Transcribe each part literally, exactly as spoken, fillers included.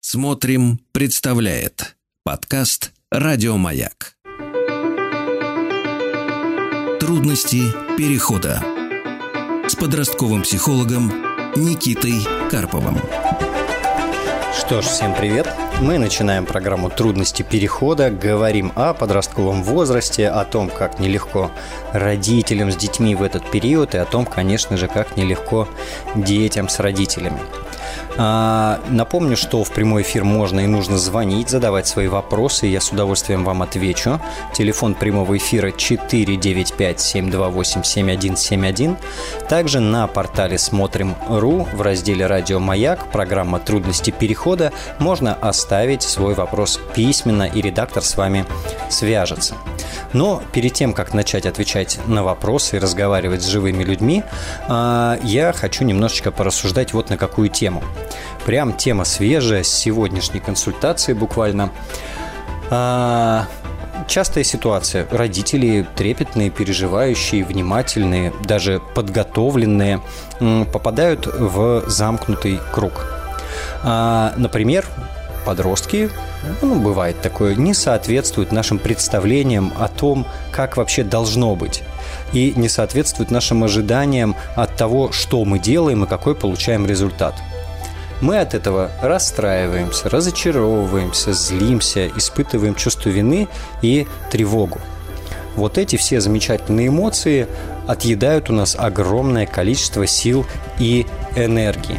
Смотрим, представляет подкаст «Радио Маяк». Трудности перехода с подростковым психологом Никитой Карповым. Что ж, всем привет! Мы начинаем программу «Трудности перехода», говорим о подростковом возрасте, о том, как нелегко родителям с детьми в этот период и о том, конечно же, как нелегко детям с родителями. А, напомню, что в прямой эфир можно и нужно звонить, задавать свои вопросы, и я с удовольствием вам отвечу. Телефон прямого эфира четыре девять пять семь два восемь семь один семь один. Также на портале смотрим точка ру в разделе «Радио Маяк» программа «Трудности перехода» можно оставить свой вопрос письменно, и редактор с вами свяжется. Но перед тем, как начать отвечать на вопросы и разговаривать с живыми людьми, я хочу немножечко порассуждать вот на какую тему. Прям тема свежая, с сегодняшней консультации буквально. Частая ситуация. Родители трепетные, переживающие, внимательные, даже подготовленные, попадают в замкнутый круг. Например, подростки, ну, бывает такое, не соответствуют нашим представлениям о том, как вообще должно быть, и не соответствуют нашим ожиданиям от того, что мы делаем и какой получаем результат. Мы от этого расстраиваемся, разочаровываемся, злимся, испытываем чувство вины и тревогу. Вот эти все замечательные эмоции отъедают у нас огромное количество сил и энергии.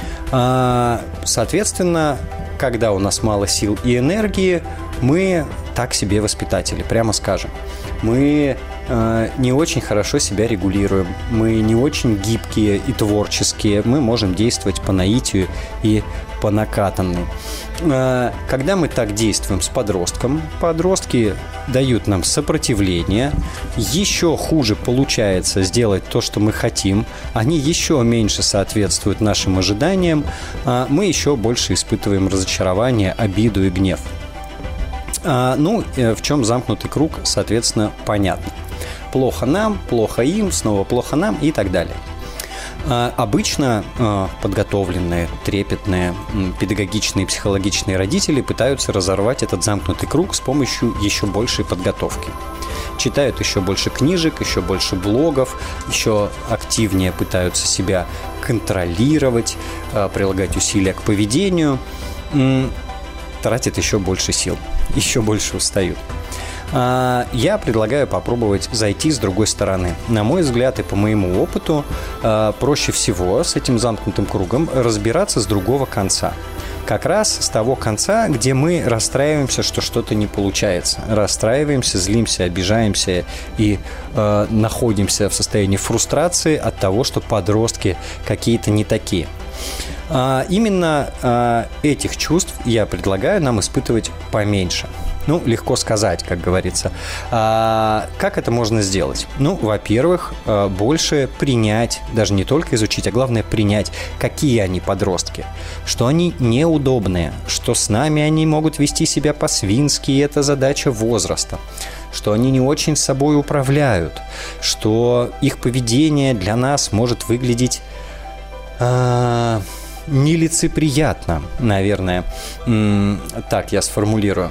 Соответственно, когда у нас мало сил и энергии, мы так себе воспитатели, прямо скажем. Мы э, не очень хорошо себя регулируем, мы не очень гибкие и творческие, мы можем действовать по наитию и по накатанной. Э, когда мы так действуем с подростком, подростки дают нам сопротивление, еще хуже получается сделать то, что мы хотим, они еще меньше соответствуют нашим ожиданиям, а мы еще больше испытываем разочарование, обиду и гнев. Ну, в чем замкнутый круг, соответственно, понятно. Плохо нам, плохо им, снова плохо нам и так далее. Обычно подготовленные, трепетные, педагогичные, психологичные родители пытаются разорвать этот замкнутый круг с помощью еще большей подготовки. Читают еще больше книжек, еще больше блогов, еще активнее пытаются себя контролировать, прилагать усилия к поведению, тратят еще больше сил, еще больше устают. Я предлагаю попробовать зайти с другой стороны. На мой взгляд и по моему опыту, проще всего с этим замкнутым кругом разбираться с другого конца. Как раз с того конца, где мы расстраиваемся, что что-то не получается. Расстраиваемся, злимся, обижаемся и э, находимся в состоянии фрустрации от того, что подростки какие-то не такие. А, именно а, этих чувств я предлагаю нам испытывать поменьше. Ну, легко сказать, как говорится. А, как это можно сделать? Ну, во-первых, больше принять, даже не только изучить, а главное принять, какие они подростки, что они неудобные, что с нами они могут вести себя по-свински, и это задача возраста, что они не очень собой управляют, что их поведение для нас может выглядеть а, нелицеприятно, наверное. М- так я сформулирую.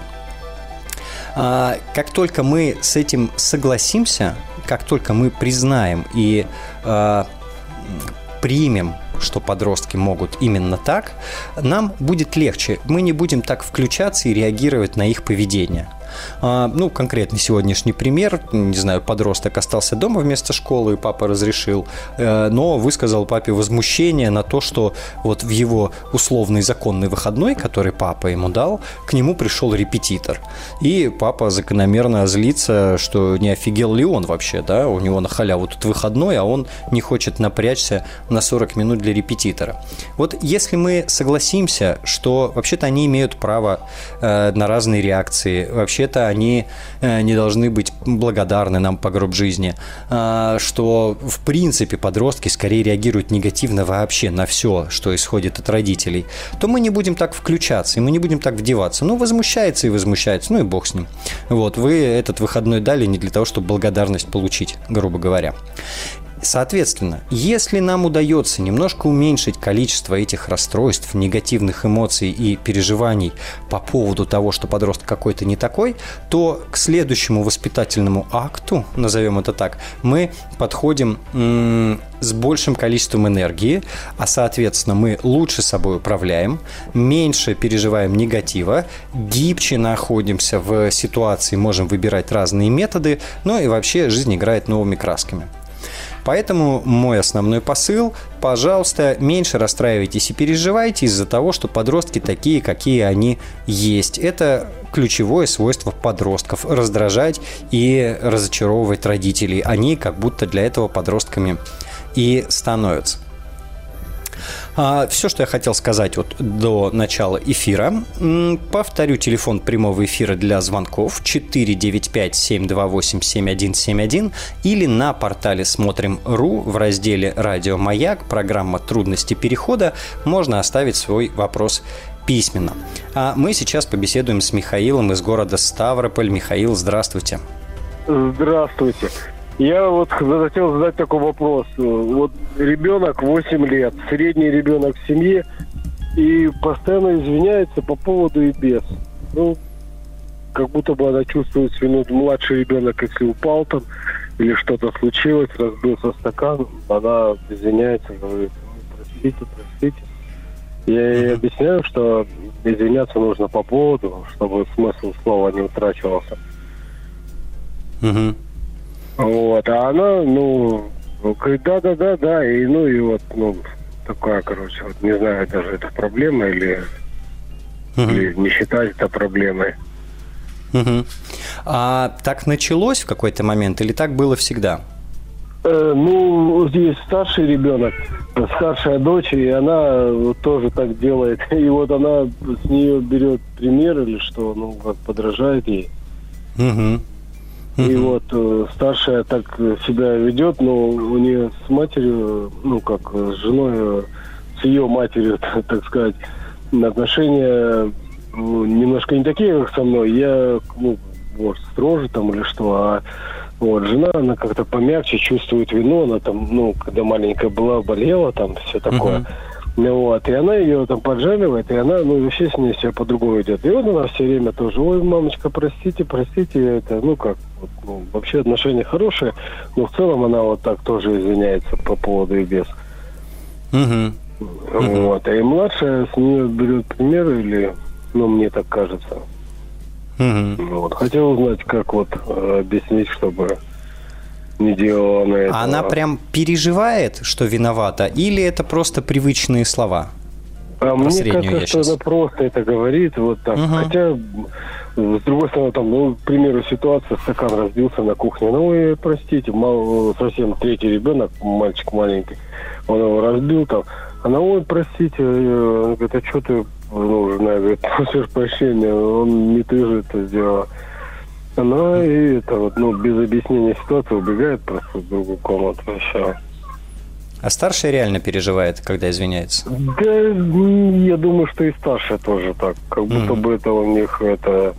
Как только мы с этим согласимся, как только мы признаем и э, примем, что подростки могут именно так, нам будет легче. Мы не будем так включаться и реагировать на их поведение. Ну, конкретный сегодняшний пример. Не знаю, подросток остался дома вместо школы, и папа разрешил, но высказал папе возмущение на то, что вот в его условный законный выходной, который папа ему дал, к нему пришел репетитор. И папа закономерно злится, что не офигел ли он вообще, да? У него на халяву тут выходной, а он не хочет напрячься на сорок минут для репетитора. Вот если мы согласимся, что вообще-то они имеют право э, на разные реакции, вообще это они не должны быть благодарны нам по гроб жизни, что в принципе подростки скорее реагируют негативно вообще на все, что исходит от родителей, то мы не будем так включаться, и мы не будем так вдеваться. Ну, возмущается и возмущается, ну и бог с ним. Вот, вы этот выходной дали не для того, чтобы благодарность получить, грубо говоря. Соответственно, если нам удается немножко уменьшить количество этих расстройств, негативных эмоций и переживаний по поводу того, что подросток какой-то не такой, то к следующему воспитательному акту, назовем это так, мы подходим м- с большим количеством энергии, а соответственно мы лучше собой управляем, меньше переживаем негатива, гибче находимся в ситуации, можем выбирать разные методы, ну и вообще жизнь играет новыми красками. Поэтому мой основной посыл – пожалуйста, меньше расстраивайтесь и переживайте из-за того, что подростки такие, какие они есть. Это ключевое свойство подростков – раздражать и разочаровывать родителей. Они как будто для этого подростками и становятся. А, все, что я хотел сказать вот до начала эфира. Повторю, телефон прямого эфира для звонков четыре девять пять семь два восемь семь один семь один или на портале смотрим точка ру в разделе «Радио Маяк», программа «Трудности перехода», можно оставить свой вопрос письменно. А мы сейчас побеседуем с Михаилом из города Ставрополь. Михаил, здравствуйте. Здравствуйте. Я вот хотел задать такой вопрос. Вот ребенок восемь лет, средний ребенок в семье, и постоянно извиняется по поводу и без. Ну, как будто бы она чувствует вину. Младший ребенок, если упал там, или что-то случилось, разбился стакан, она извиняется, говорит: простите, простите. Я ей объясняю, что извиняться нужно по поводу, чтобы смысл слова не утрачивался. Угу. Вот, а она, ну, говорит, да-да-да-да, и, ну, и вот, ну, такая, короче, вот, не знаю, даже это проблема или, uh-huh. или не считать это проблемой. Uh-huh. А так началось в какой-то момент или так было всегда? Э, ну, здесь старший ребенок, старшая дочь, и она вот тоже так делает, и вот она с нее берет пример или что, ну, как подражает ей. Угу. И uh-huh. вот э, старшая так себя ведет, но у нее с матерью, ну как с женой, с ее матерью, так сказать, отношения ну, немножко не такие, как со мной. Я, ну, вот, строже там или что, а вот жена, она как-то помягче чувствует вину, она там, ну, когда маленькая была, болела, там все такое. Uh-huh. Ну вот, и она ее там поджаривает, и она, ну, вообще с ней себя по-другому идет. И вот она все время тоже: ой, мамочка, простите, простите, это, ну, как, вот, ну, вообще отношения хорошие, но в целом она вот так тоже извиняется по поводу и без. Uh-huh. Вот, и младшая с нее берет пример, или, ну, мне так кажется. Uh-huh. Вот, хотел узнать, как вот объяснить, чтобы не делала она этого. Она прям переживает, что виновата, или это просто привычные слова? А мне кажется, что она просто это говорит, вот так. Угу. Хотя, с другой стороны, там, ну, к примеру, ситуация, стакан разбился на кухне. Ну, и простите, мал, совсем третий ребенок, мальчик маленький, он его разбил там. Она: ой, простите, она говорит: а что ты, ну, жена, говорит, просишь прощения, он не ты же это сделала. Она и это вот, ну, без объяснения ситуации убегает просто в другую комнату еще. А старшая реально переживает, когда извиняется? Да, я думаю, что и старшая тоже так. Как будто mm-hmm. бы это у них это...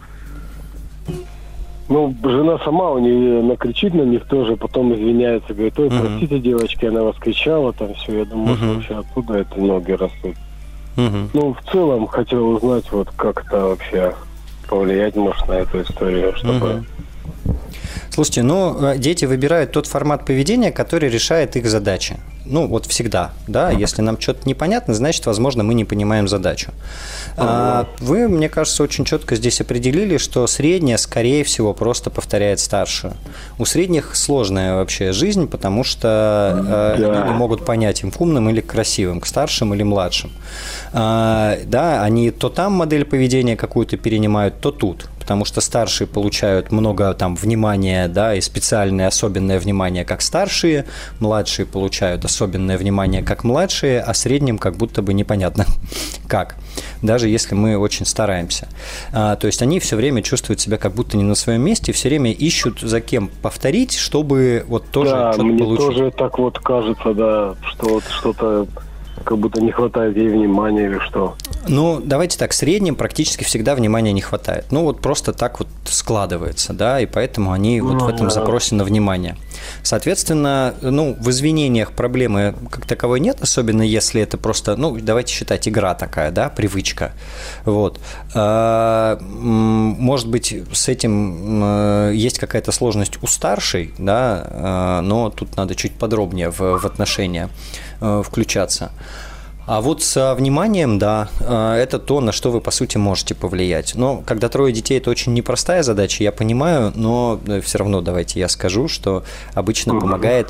Ну, жена сама у нее накричит на них тоже, потом извиняется, говорит: ой, mm-hmm. простите, девочки, она вас кричала, там все. Я думаю, mm-hmm. что вообще оттуда это ноги растут. Mm-hmm. Ну, в целом, хотел узнать, вот как это вообще... повлиять, может, на эту историю, чтобы... Угу. Слушайте, ну, дети выбирают тот формат поведения, который решает их задачи. Ну, вот всегда, да, если нам что-то непонятно, значит, возможно, мы не понимаем задачу. Угу. А, вы, мне кажется, очень четко здесь определили, что средняя, скорее всего, просто повторяет старшую. У средних сложная вообще жизнь, потому что да. они не могут понять, им к умным или к красивым, к старшим или младшим. А, да, они то там модель поведения какую-то перенимают, то тут. Потому что старшие получают много там внимания, да, и специальное особенное внимание, как старшие, младшие получают особенное внимание, как младшие, а средним как будто бы непонятно как, даже если мы очень стараемся. А, то есть они все время чувствуют себя как будто не на своем месте, все время ищут за кем повторить, чтобы вот тоже да, что-то мне получить. Тоже так вот кажется, да, что вот что-то как будто не хватает ей внимания или что. Ну, давайте так, в среднем практически всегда внимания не хватает. Ну, вот просто так вот складывается, да, и поэтому они вот в этом запросе на внимание. Соответственно, ну, в извинениях проблемы как таковой нет, особенно если это просто, ну, давайте считать, игра такая, да, привычка. Вот. Может быть, с этим есть какая-то сложность у старшей, да, но тут надо чуть подробнее в, в отношения включаться. А вот со вниманием, да, это то, на что вы, по сути, можете повлиять. Но когда трое детей, это очень непростая задача, я понимаю, но все равно давайте я скажу, что обычно помогает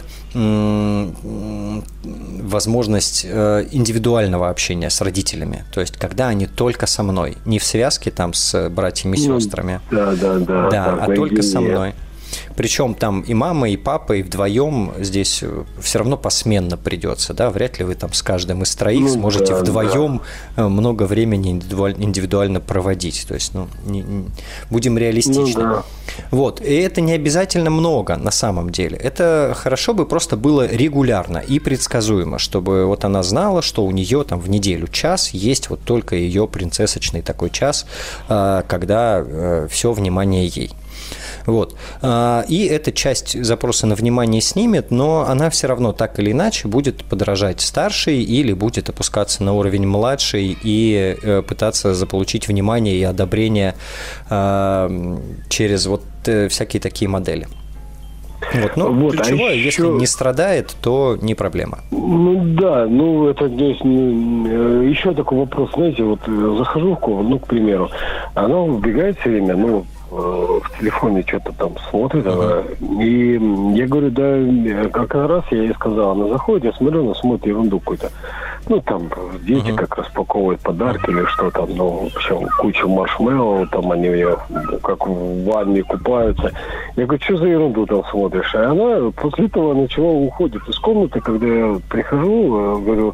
возможность индивидуального общения с родителями. То есть, когда они только со мной, не в связке там с братьями и сестрами, да, да, да, да, а только со мной. Причем там и мама, и папа, и вдвоем здесь все равно посменно придется, да, вряд ли вы там с каждым из троих ну, сможете да, вдвоем да. много времени индивидуально проводить, то есть, ну, не, не, будем реалистичны. Ну, да. Вот, и это не обязательно много на самом деле, это хорошо бы просто было регулярно и предсказуемо, чтобы вот она знала, что у нее там в неделю час есть вот только ее принцессочный такой час, когда все внимание ей. Вот. И эта часть запроса на внимание снимет, но она все равно так или иначе будет подражать старшей или будет опускаться на уровень младшей и пытаться заполучить внимание и одобрение через вот всякие такие модели. Вот, ну, вот, ключевое, а еще... если не страдает, то не проблема. Ну да, ну это здесь еще такой вопрос, знаете, вот захожу в комнату, ну, к примеру, она убегает все время, ну, в телефоне что-то там смотрит, uh-huh. и я говорю, да, как раз я ей сказал, она заходит, я смотрю, она смотрит ерунду какую-то. Ну, там дети uh-huh. как распаковывают подарки или что там, ну, в общем, куча маршмеллоу, там они ее как в ванне купаются. Я говорю, что за ерунду там смотришь? А она после этого начала уходить из комнаты, когда я прихожу, говорю,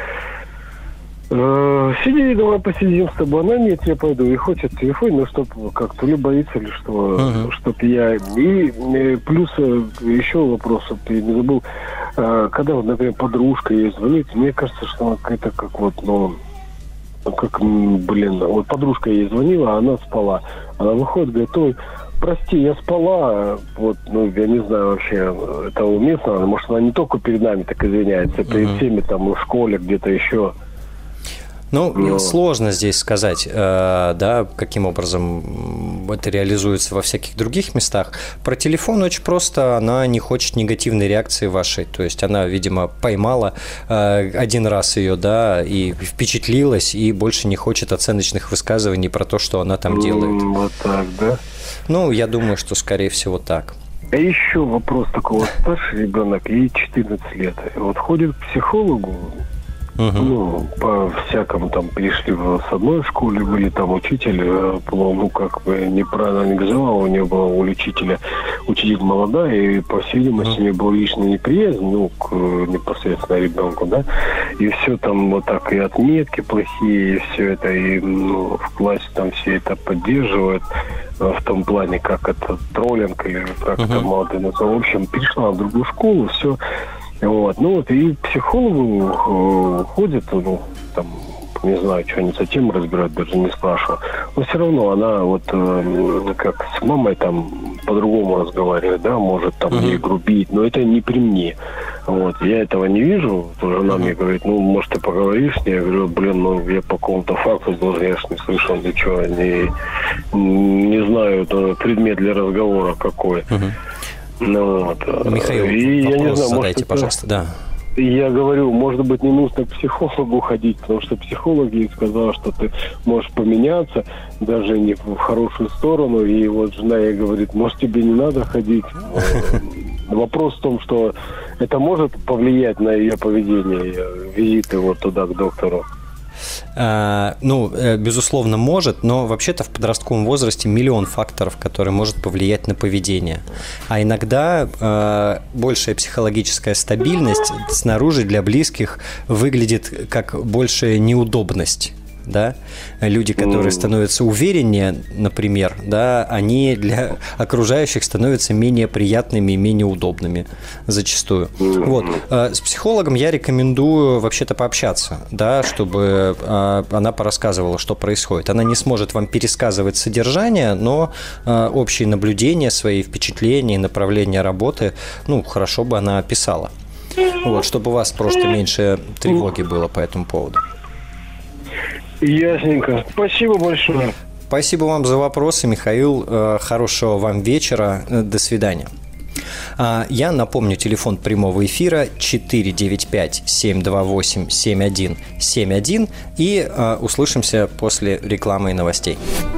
сиди, давай посидим с тобой. Она, нет, я пойду. И хочет телефон, но чтоб как то ли боится, или что, uh-huh. чтоб я... И плюс еще вопрос, ты не забыл, когда, вот, например, подружка ей звонит, мне кажется, что она какая-то как вот, ну, как, блин, вот подружка ей звонила, а она спала. Она выходит, говорит, ой, прости, я спала, вот, ну, я не знаю вообще, это уместно, может, она не только перед нами так извиняется, перед uh-huh. всеми там в школе, где-то еще. Ну, Но... сложно здесь сказать, э, да, каким образом это реализуется во всяких других местах. Про телефон очень просто, она не хочет негативной реакции вашей, то есть она, видимо, поймала э, один раз ее, да, и впечатлилась, и больше не хочет оценочных высказываний про то, что она там делает. Вот так, да? Ну, я думаю, что, скорее всего, так. А еще вопрос такой, вот старший ребенок, ей четырнадцать лет, вот ходит к психологу, Uh-huh. ну, по-всякому там перешли в, с одной школы, были там учитель, ну, как бы неправильно организовал, у нее была у учителя, учитель молодая, и, по всей видимости, uh-huh. у нее была личная неприязнь, ну, к непосредственно ребенку, да, и все там вот так, и отметки плохие, и все это, и, ну, в классе там все это поддерживают, в том плане, как это троллинг, или как uh-huh. это молодые, ну, в общем, перешла в другую школу, все. Вот, ну вот, и к психологу э, ходит, ну, там, не знаю, что они за тему разбирают, даже не спрашивал. Но все равно она вот э, как с мамой там по-другому разговаривает, да, может там uh-huh. ей грубить, но это не при мне. Вот, я этого не вижу. Жена uh-huh. мне говорит, ну, может, ты поговоришь с ней? Я говорю, блин, ну, я по какому-то факту должен, я ж не слышал ничего, не, не знаю, это предмет для разговора какой. Uh-huh. Ну, вот. Михаил, и вопрос я не знаю, задайте, может, пожалуйста, да. Я говорю, может быть, не нужно к психологу ходить, потому что психолог ей сказал, что ты можешь поменяться, даже не в хорошую сторону, и вот жена ей говорит, может, тебе не надо ходить. Вопрос в том, что это может повлиять на ее поведение, визиты вот туда к доктору. Ну, безусловно, может, но вообще-то в подростковом возрасте миллион факторов, которые может повлиять на поведение. А иногда э, большая психологическая стабильность снаружи для близких выглядит как большая неудобность. да, люди, которые становятся увереннее, например, да, они для окружающих становятся менее приятными и менее удобными зачастую. Вот. С психологом я рекомендую вообще-то пообщаться, да, чтобы она порассказывала, что происходит. Она не сможет вам пересказывать содержание, но общие наблюдения, свои впечатления, направления работы, ну, хорошо бы она описала. Вот, чтобы у вас просто меньше тревоги было по этому поводу. Ясненько. Спасибо большое. Спасибо вам за вопросы, Михаил. Хорошего вам вечера. До свидания. Я напомню, телефон прямого эфира четыре девять пять семь два восемь семь один семь один, и услышимся после рекламы и новостей.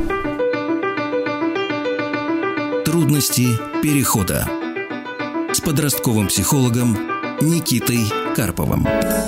Трудности перехода с подростковым психологом Никитой Карповым.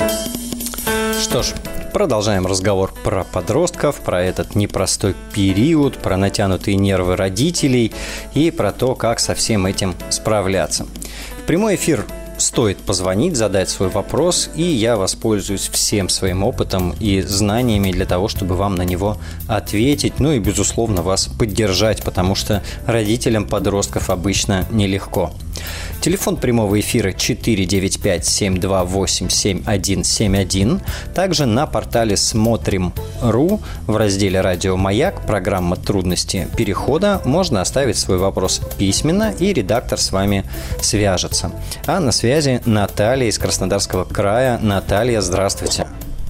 Что ж, продолжаем разговор про подростков, про этот непростой период, про натянутые нервы родителей и про то, как со всем этим справляться. В прямой эфир стоит позвонить, задать свой вопрос, и я воспользуюсь всем своим опытом и знаниями для того, чтобы вам на него ответить, ну и, безусловно, вас поддержать, потому что родителям подростков обычно нелегко. Телефон прямого эфира четыре девять пять семь два восемь семь один семь один. Также на портале смотрим точка ру в разделе «Радио Маяк» программа «Трудности перехода» можно оставить свой вопрос письменно, и редактор с вами свяжется. А на связи Наталья из Краснодарского края. Наталья, здравствуйте.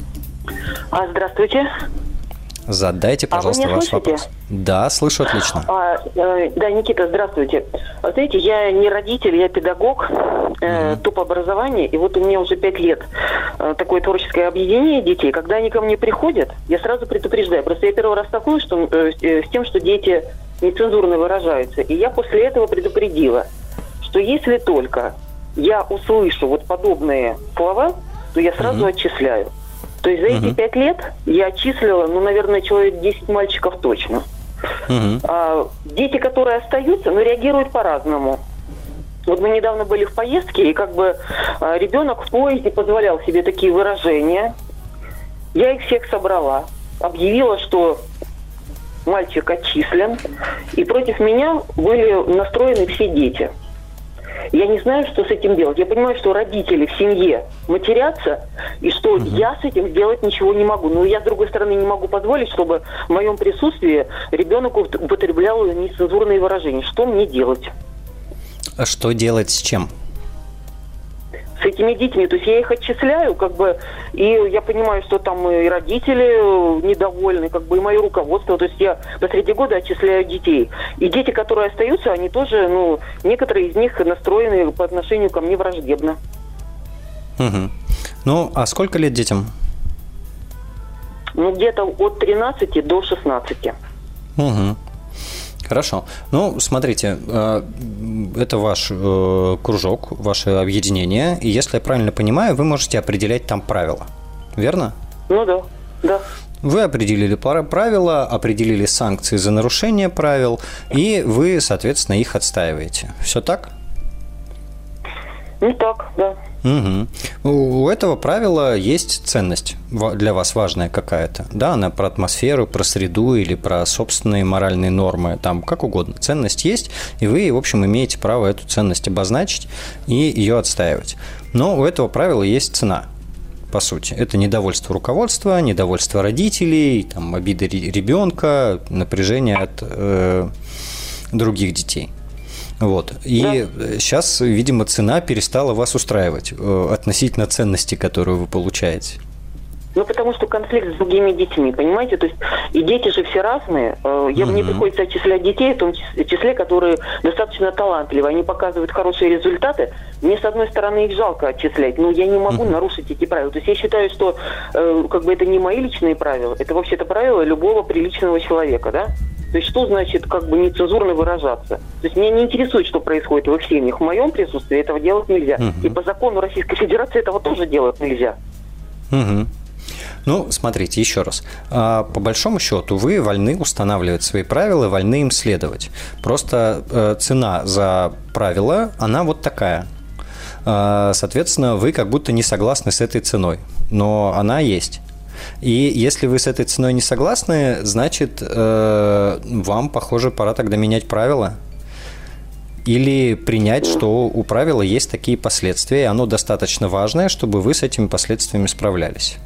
А, здравствуйте. Задайте, пожалуйста, а ваш вопрос. Да, слышу отлично. А, э, да, Никита, здравствуйте. Знаете, я не родитель, я педагог, э, mm-hmm. топ образования, и вот у меня уже пять лет э, такое творческое объединение детей. Когда они ко мне приходят, я сразу предупреждаю. Просто я первый раз столкнулась что, э, с тем, что дети нецензурно выражаются. И я после этого предупредила, что если только я услышу вот подобные слова, то я сразу mm-hmm. отчисляю. То есть за эти пять uh-huh. лет я отчислила, ну, наверное, человек десять мальчиков точно. Uh-huh. А, дети, которые остаются, ну, реагируют по-разному. Вот мы недавно были в поездке, и как бы а, ребенок в поезде позволял себе такие выражения. Я их всех собрала, объявила, что мальчик отчислен, и против меня были настроены все дети. Я не знаю, что с этим делать. Я понимаю, что родители в семье матерятся, и что угу. я с этим сделать ничего не могу. Но я, с другой стороны, не могу позволить, чтобы в моем присутствии ребенок употреблял нецензурные выражения. Что мне делать? А что делать с чем? С этими детьми. То есть я их отчисляю, как бы, и я понимаю, что там и родители недовольны, как бы, и мое руководство. То есть я посреди года отчисляю детей. И дети, которые остаются, они тоже, ну, некоторые из них настроены по отношению ко мне враждебно. Угу. Ну, а сколько лет детям? Ну, где-то от тринадцати до шестнадцати. Угу. Хорошо. Ну, смотрите, это ваш кружок, ваше объединение, и если я правильно понимаю, вы можете определять там правила, верно? Ну да, да. Вы определили правила, определили санкции за нарушение правил, и вы, соответственно, их отстаиваете. Все так? Ну так, да. Угу. У этого правила есть ценность для вас важная какая-то. Да, она про атмосферу, про среду или про собственные моральные нормы, там как угодно. Ценность есть, и вы, в общем, имеете право эту ценность обозначить и ее отстаивать. Но у этого правила есть цена, по сути. Это недовольство руководства, недовольство родителей, там, обида ребенка, напряжение от э, других детей. Вот. И да. сейчас, видимо, цена перестала вас устраивать э, относительно ценности, которую вы получаете. Ну, потому что конфликт с другими детьми, понимаете? То есть и дети же все разные. Я, uh-huh. Мне приходится отчислять детей, в том числе, которые достаточно талантливы. Они показывают хорошие результаты. Мне, с одной стороны, их жалко отчислять, но я не могу uh-huh. нарушить эти правила. То есть я считаю, что э, как бы это не мои личные правила, это вообще-то правила любого приличного человека, да? То есть что значит как бы нецензурно выражаться? То есть меня не интересует, что происходит в их семьях. В моем присутствии этого делать нельзя. Uh-huh. И по закону Российской Федерации этого тоже делать нельзя. Uh-huh. Ну, смотрите, еще раз. По большому счету, вы вольны устанавливать свои правила, вольны им следовать. Просто цена за правила, она вот такая. Соответственно, вы как будто не согласны с этой ценой, но она есть. И если вы с этой ценой не согласны, значит, э, вам, похоже, пора тогда менять правила. Или принять, что у правила есть такие последствия, и оно достаточно важное, чтобы вы с этими последствиями справлялись.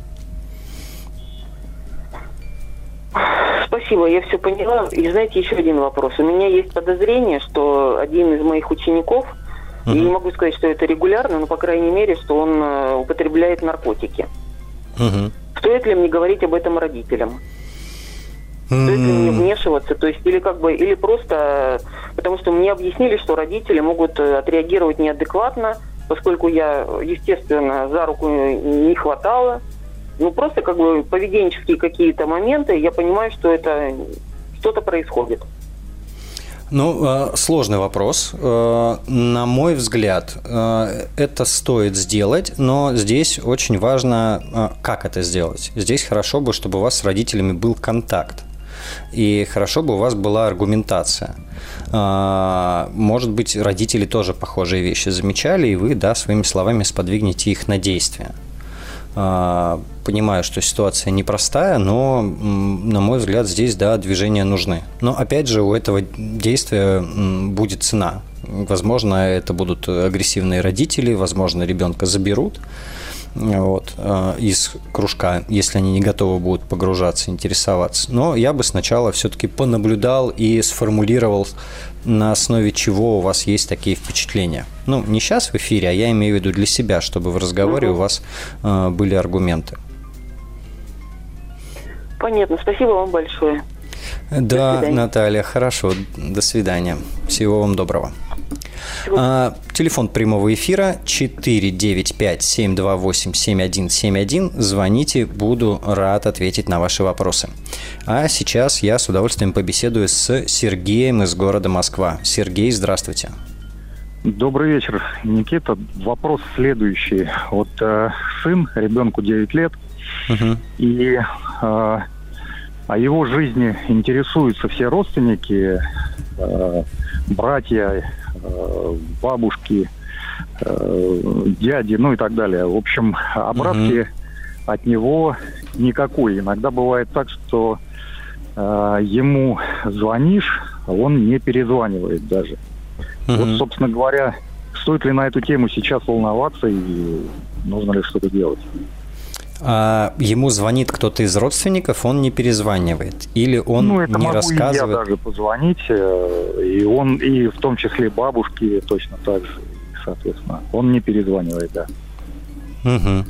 Спасибо, я все поняла. И знаете, еще один вопрос. У меня есть подозрение, что один из моих учеников, uh-huh. я не могу сказать, что это регулярно, но, по крайней мере, что он употребляет наркотики. Uh-huh. Стоит ли мне говорить об этом родителям? Стоит ли мне вмешиваться? То есть, или как бы, или просто, потому что мне объяснили, что родители могут отреагировать неадекватно, поскольку я, естественно, за руку не хватала. Ну, просто как бы поведенческие какие-то моменты, я понимаю, что это что-то происходит. Ну, сложный вопрос. На мой взгляд, это стоит сделать, но здесь очень важно, как это сделать. Здесь хорошо бы, чтобы у вас с родителями был контакт. И хорошо бы у вас была аргументация. Может быть, родители тоже похожие вещи замечали, и вы, да, своими словами сподвигнете их на действие. Понимаю, что ситуация непростая, но, на мой взгляд, здесь, да, движения нужны. Но, опять же, у этого действия будет цена. Возможно, это будут агрессивные родители, возможно, ребенка заберут вот, из кружка, если они не готовы будут погружаться, интересоваться. Но я бы сначала все-таки понаблюдал и сформулировал, на основе чего у вас есть такие впечатления. Ну, не сейчас в эфире, а я имею в виду для себя, чтобы в разговоре у вас э, были аргументы. Понятно. Спасибо вам большое. Да, Наталья, хорошо. До свидания. Всего вам доброго. А, телефон прямого эфира четыре девять пять семь два восемь семь один семь один. Звоните, буду рад ответить на ваши вопросы. А сейчас я с удовольствием побеседую с Сергеем из города Москва. Сергей, здравствуйте. Добрый вечер, Никита. Вопрос следующий. Вот э, сын, ребенку девять лет, uh-huh. и э, о его жизни интересуются все родственники, э, братья, э, бабушки, э, дяди, ну и так далее. В общем, обратки uh-huh. от него никакой. Иногда бывает так, что э, ему звонишь, а он не перезванивает даже. Uh-huh. Вот, собственно говоря, стоит ли на эту тему сейчас волноваться и нужно ли что-то делать? А ему звонит кто-то из родственников, он не перезванивает? Или он ну, это не могу рассказывает? И я даже позвонить, и он, и в том числе бабушки точно так же, соответственно. Он не перезванивает, да. Угу.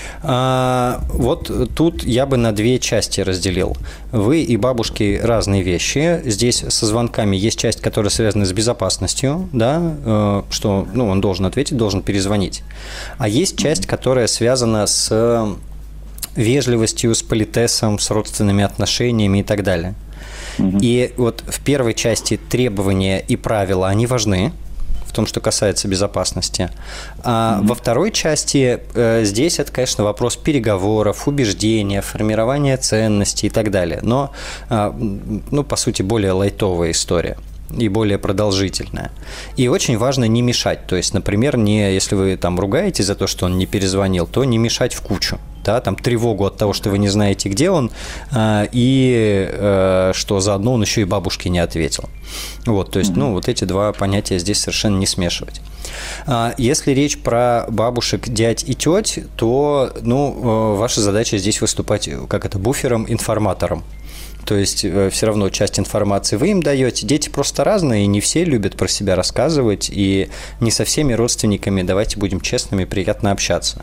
А, вот тут я бы на две части разделил. Вы и бабушки разные вещи. Здесь со звонками есть часть, которая связана с безопасностью, да, что ну, он должен ответить, должен перезвонить. А есть часть, которая связана с вежливостью, с политесом, с родственными отношениями и так далее. Угу. И вот в первой части требования и правила, они важны. В том, что касается безопасности. А mm-hmm. во второй части э, здесь это, конечно, вопрос переговоров, убеждения, формирования ценностей и так далее. Но, э, ну, по сути, более лайтовая история и более продолжительная. И очень важно не мешать. То есть, например, не, если вы там ругаетесь за то, что он не перезвонил, то не мешать в кучу. Да, там тревогу от того, что вы не знаете, где он, э, и э, что заодно он еще и бабушке не ответил. Вот, то есть, ну, вот эти два понятия здесь совершенно не смешивать. А если речь про бабушек, дядь и теть, то, ну, э, ваша задача здесь выступать, как это, буфером, информатором. То есть все равно часть информации вы им даете. Дети просто разные, и не все любят про себя рассказывать, и не со всеми родственниками, давайте будем честными, приятно общаться.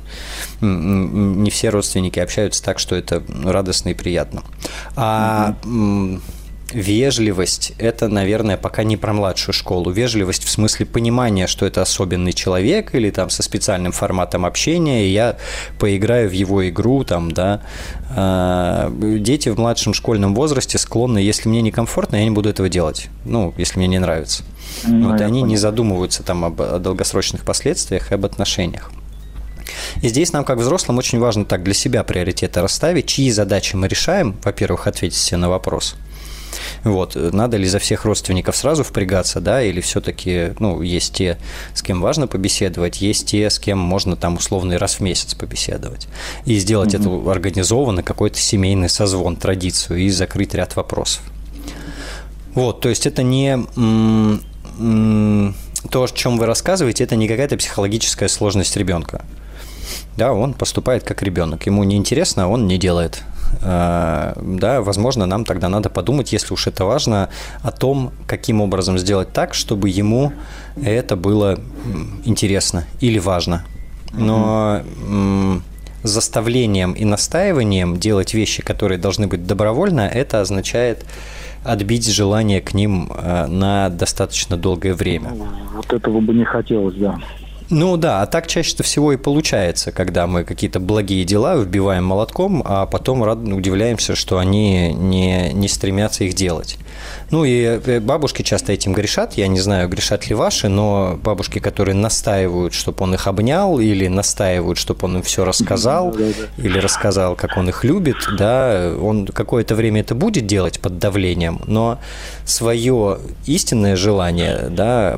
Не все родственники общаются так, что это радостно и приятно. А mm-hmm. вежливость – это, наверное, пока не про младшую школу. Вежливость в смысле понимания, что это особенный человек или там со специальным форматом общения, и я поиграю в его игру, там, да. Дети в младшем школьном возрасте склонны, если мне некомфортно, я не буду этого делать, ну, если мне не нравится. Ну, вот, и они понял. Не задумываются там об, о долгосрочных последствиях и об отношениях. И здесь нам, как взрослым, очень важно так для себя приоритеты расставить, чьи задачи мы решаем, во-первых, ответить себе на вопрос. Вот. Надо ли за всех родственников сразу впрягаться, да, или все-таки, ну, есть те, с кем важно побеседовать, есть те, с кем можно там условно раз в месяц побеседовать. И сделать mm-hmm. это организованно, какой-то семейный созвон, традицию, и закрыть ряд вопросов. Вот, то есть это не... М- м- то, о чем вы рассказываете, это не какая-то психологическая сложность ребенка. Да, он поступает как ребенок. Ему неинтересно, он не делает. Да, возможно, нам тогда надо подумать, если уж это важно, о том, каким образом сделать так, чтобы ему это было интересно или важно. Но м- заставлением и настаиванием делать вещи, которые должны быть добровольно, это означает отбить желание к ним на достаточно долгое время. Вот этого бы не хотелось, да. Ну да, а так чаще всего и получается, когда мы какие-то благие дела вбиваем молотком, а потом удивляемся, что они не, не стремятся их делать. Ну и бабушки часто этим грешат, я не знаю, грешат ли ваши, но бабушки, которые настаивают, чтобы он их обнял, или настаивают, чтобы он им все рассказал, или рассказал, как он их любит, да, он какое-то время это будет делать под давлением, но свое истинное желание, да,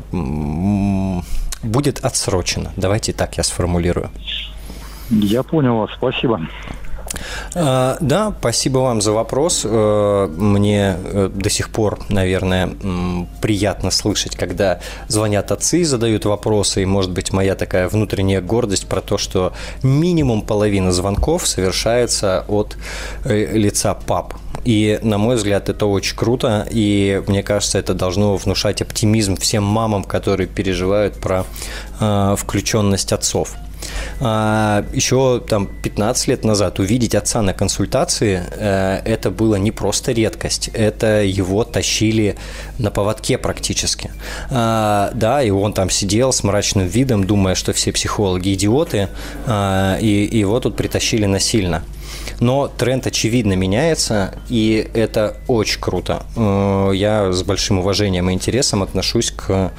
будет отсрочено. Давайте так я сформулирую. Я понял вас, спасибо. А, да, спасибо вам за вопрос. Мне до сих пор, наверное, приятно слышать, когда звонят отцы и задают вопросы, и, может быть, моя такая внутренняя гордость про то, что минимум половина звонков совершается от лица пап. И, на мой взгляд, это очень круто, и мне кажется, это должно внушать оптимизм всем мамам, которые переживают про э, включенность отцов. А, еще там пятнадцать лет назад увидеть отца на консультации, э, это было не просто редкость, это его тащили на поводке практически. А, да, и он там сидел с мрачным видом, думая, что все психологи идиоты, а, и, и его тут притащили насильно. Но тренд, очевидно, меняется, и это очень круто. Я с большим уважением и интересом отношусь к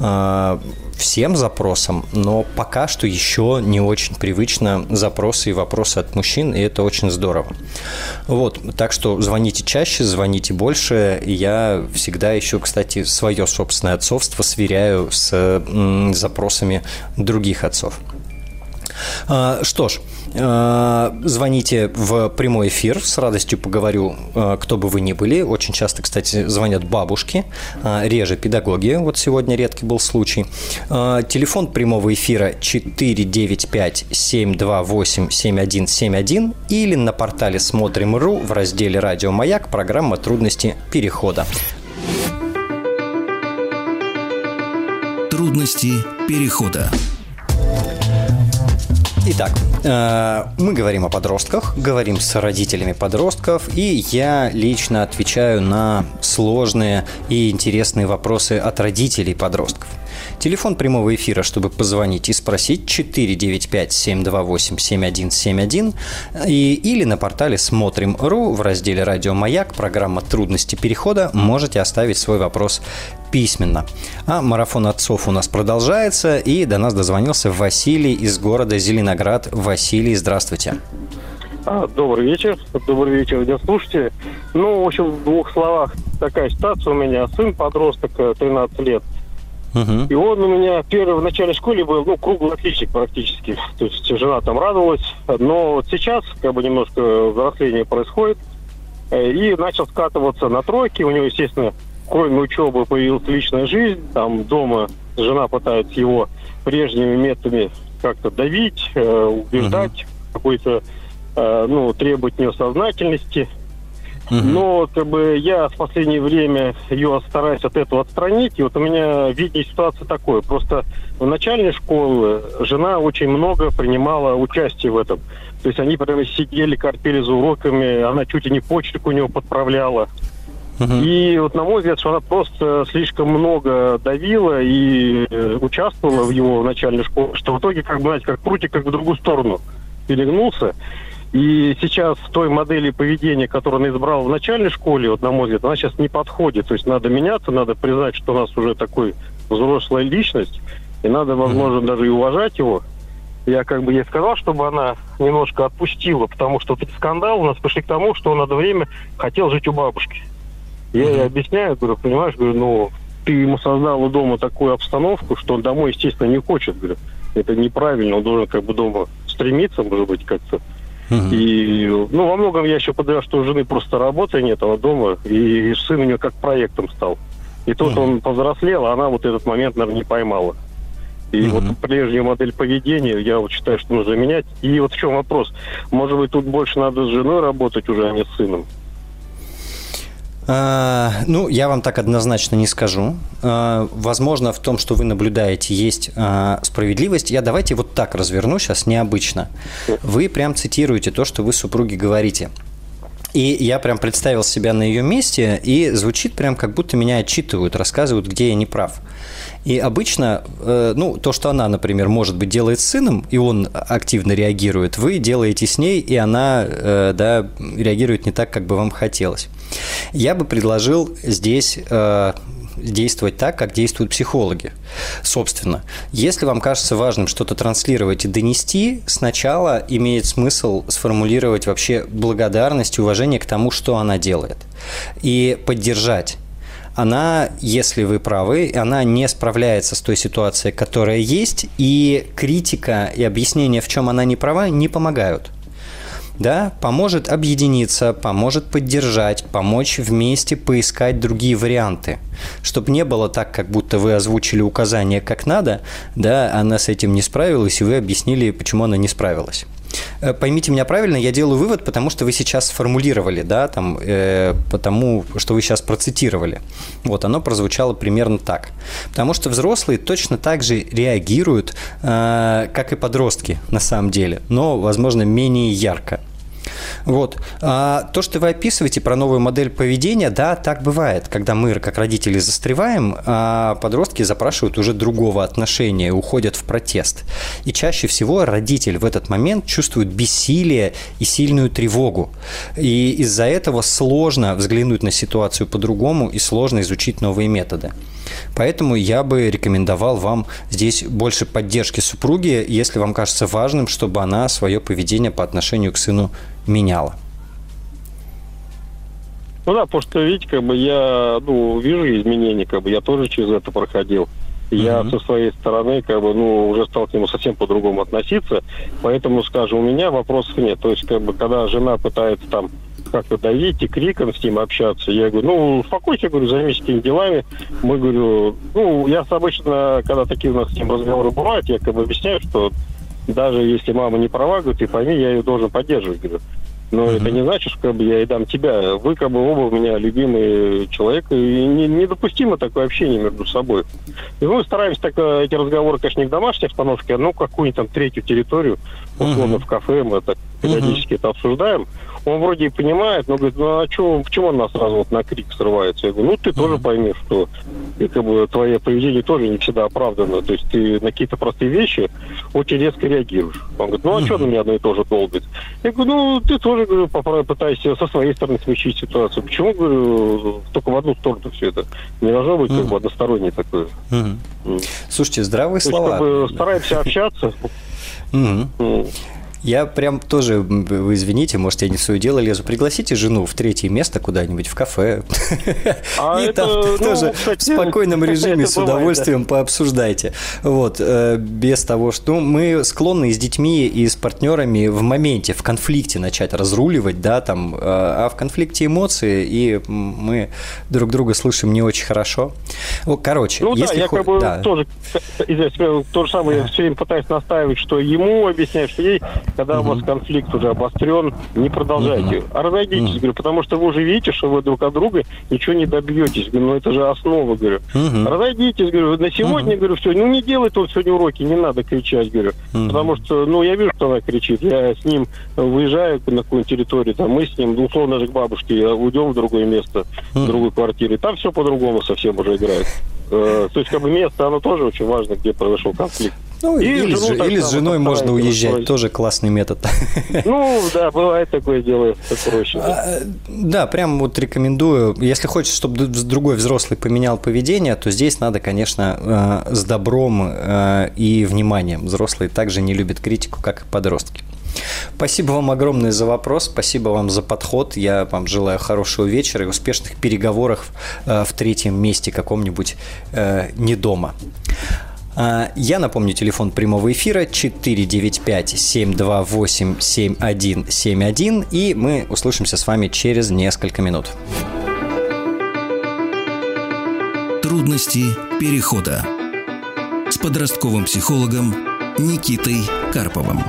всем запросам, но пока что еще не очень привычно запросы и вопросы от мужчин, и это очень здорово. Вот, так что звоните чаще, звоните больше, и я всегда еще, кстати, свое собственное отцовство сверяю с запросами других отцов. Что ж, звоните в прямой эфир, с радостью поговорю, кто бы вы ни были. Очень часто, кстати, звонят бабушки, реже педагоги, вот сегодня редкий был случай. Телефон прямого эфира четыре девять пять семь два восемь семь один семь один или на портале смотрим точка ру в разделе «Радио Маяк» программа «Трудности перехода». Трудности перехода. Итак, мы говорим о подростках, говорим с родителями подростков, и я лично отвечаю на сложные и интересные вопросы от родителей подростков. Телефон прямого эфира, чтобы позвонить и спросить, четыре девять пять семь два восемь семь один семь один, и, или на портале смотрим точка ру в разделе «Радио Маяк» программа «Трудности перехода» можете оставить свой вопрос письменно. А марафон отцов у нас продолжается, и до нас дозвонился Василий из города Зеленоград. Василий, здравствуйте. А, добрый вечер. Добрый вечер, радиослушатели. Ну, в общем, в двух словах такая ситуация у меня. Сын подросток, тринадцать лет. Uh-huh. И он у меня первый в начальной школе был, ну, круглый отличник практически. То есть жена там радовалась. Но вот сейчас, как бы, немножко взросление происходит. И начал скатываться на тройки. У него, естественно, кроме учебы появилась личная жизнь. Там дома жена пытается его прежними методами как-то давить, убеждать, uh-huh. какой-то, ну, требовать от нее сознательности. Uh-huh. Но как бы я в последнее время ее стараюсь от этого отстранить. И вот у меня видение ситуации такое. Просто в начальной школе жена очень много принимала участие в этом. То есть они прямо сидели, корпели за уроками, она чуть ли не почту у него подправляла. Uh-huh. И вот на мой взгляд, что она просто слишком много давила и участвовала в его начальной школе, что в итоге, как бы, знаете, как прутик как в другую сторону перегнулся. И сейчас в той модели поведения, которую она избрала в начальной школе, вот на мой взгляд, она сейчас не подходит. То есть надо меняться, надо признать, что у нас уже такой взрослая личность, и надо, возможно, даже и уважать его. Я как бы ей сказал, чтобы она немножко отпустила, потому что вот эти скандалы у нас пришли к тому, что он одно время хотел жить у бабушки. Я ей объясняю, говорю, понимаешь, говорю, ну, ты ему создала дома такую обстановку, что он домой, естественно, не хочет, говорю. Это неправильно, он должен как бы дома стремиться, может быть, как-то. Uh-huh. И, ну, во многом я еще подумал, что у жены просто работы нет, а дома, и сын у нее как проектом стал. И тут uh-huh. он повзрослел, а она вот этот момент, наверное, не поймала. И uh-huh. вот прежнюю модель поведения, я вот считаю, что нужно менять. И вот в чем вопрос? Может быть, тут больше надо с женой работать уже, а не с сыном? А, ну, я вам так однозначно не скажу. А, возможно, в том, что вы наблюдаете, есть а, справедливость. Я давайте вот так разверну сейчас необычно. Вы прям цитируете то, что вы супруге говорите. И я прям представил себя на ее месте, и звучит прям как будто меня отчитывают, рассказывают, где я не прав. И обычно, э, ну, то, что она, например, может быть, делает с сыном, и он активно реагирует, вы делаете с ней, и она, э, да, реагирует не так, как бы вам хотелось. Я бы предложил здесь э, действовать так, как действуют психологи. Собственно, если вам кажется важным что-то транслировать и донести, сначала имеет смысл сформулировать вообще благодарность и уважение к тому, что она делает, и поддержать. Она, если вы правы, она не справляется с той ситуацией, которая есть, и критика и объяснение, в чем она не права, не помогают. Да, поможет объединиться, поможет поддержать, помочь вместе поискать другие варианты, чтобы не было так, как будто вы озвучили указания как надо, да, она с этим не справилась, и вы объяснили, почему она не справилась. Поймите меня правильно, я делаю вывод, потому что вы сейчас сформулировали, да, там, э, потому что вы сейчас процитировали. Вот, оно прозвучало примерно так. Потому что взрослые точно так же реагируют, э, как и подростки, на самом деле, но, возможно, менее ярко. Вот. А то, что вы описываете про новую модель поведения, да, так бывает, когда мы, как родители, застреваем, а подростки запрашивают уже другого отношения, уходят в протест. И чаще всего родитель в этот момент чувствует бессилие и сильную тревогу. И из-за этого сложно взглянуть на ситуацию по-другому и сложно изучить новые методы. Поэтому я бы рекомендовал вам здесь больше поддержки супруги, если вам кажется важным, чтобы она свое поведение по отношению к сыну меняла. Ну да, потому что, видите, как бы я, ну, вижу изменения, как бы я тоже через это проходил. Я uh-huh. со своей стороны, как бы, ну, уже стал к нему совсем по-другому относиться, поэтому, скажем, у меня вопросов нет. То есть, как бы, когда жена пытается там как-то давить и криком с ним общаться, я говорю, ну, успокойся, говорю, займись этими делами. Мы, говорю, ну, я обычно, когда такие у нас с ним разговоры бывают, я как бы объясняю, что даже если мама не права, говорю, ты пойми, я ее должен поддерживать, говорю. Но uh-huh. это не значит, что как бы, я и дам тебя. Вы как бы оба у меня любимый человек, и не, недопустимо такое общение между собой. И мы стараемся так, эти разговоры, конечно, не в домашней обстановке, а ну какую-нибудь там третью территорию, условно uh-huh. в кафе, мы так периодически uh-huh. это обсуждаем. Он вроде и понимает, но говорит, ну а чё, почему он нас сразу вот на крик срывается? Я говорю, ну ты uh-huh. тоже пойми, что и, как бы, твое поведение тоже не всегда оправдано. То есть ты на какие-то простые вещи очень резко реагируешь. Он говорит, ну а uh-huh. что на меня одно и то же долбит? Я говорю, ну ты тоже, говорю, пытайся со своей стороны смягчить ситуацию. Почему, говорю, только в одну сторону все это? Не должно быть uh-huh. как бы одностороннее такое. Uh-huh. Uh-huh. Слушайте, здравые то слова. Есть, как бы, стараемся общаться. Uh-huh. Uh-huh. Я прям тоже, вы извините, может, я не в свое дело лезу. Пригласите жену в третье место куда-нибудь, в кафе. А и это, там ну, тоже кстати, в спокойном режиме с бывает, удовольствием да. пообсуждайте. Вот, без того, что ну, мы склонны и с детьми, и с партнерами в моменте, в конфликте начать разруливать, да, там, а в конфликте эмоции, и мы друг друга слышим не очень хорошо. Короче, ну если да, я хо... как бы да. тоже, извините, то же самое, я все время пытаюсь настаивать, что ему объясняю, что ей, когда uh-huh. у вас конфликт уже обострен, не продолжайте. Uh-huh. А разойдитесь, uh-huh. говорю, потому что вы уже видите, что вы друг от друга ничего не добьетесь. Говорю, ну это же основа, говорю. Uh-huh. Разойдитесь, говорю, на сегодня, uh-huh. говорю, все, ну не делает он сегодня уроки, не надо кричать, говорю. Uh-huh. Потому что, ну я вижу, что она кричит. Я с ним выезжаю на какую-нибудь территорию, там мы с ним, ну, условно же к бабушке, уйдем в другое место, uh-huh. в другую квартиру. Там все по-другому совсем уже играет. То есть, как бы, место, оно тоже очень важно, где произошел конфликт. Ну, и или, жену, с, или с женой можно уезжать, устроить. Тоже классный метод. Ну, да, бывает такое дело, так проще. Да. А, да, прям вот рекомендую. Если хочешь, чтобы другой взрослый поменял поведение, то здесь надо, конечно, с добром и вниманием. Взрослые также не любят критику, как и подростки. Спасибо вам огромное за вопрос, спасибо вам за подход. Я вам желаю хорошего вечера и успешных переговоров э, в третьем месте каком-нибудь э, не дома. Я напомню, телефон прямого эфира четыре девять пять семь два восемь семь один семь один, и мы услышимся с вами через несколько минут. Трудности перехода с подростковым психологом Никитой Карповым.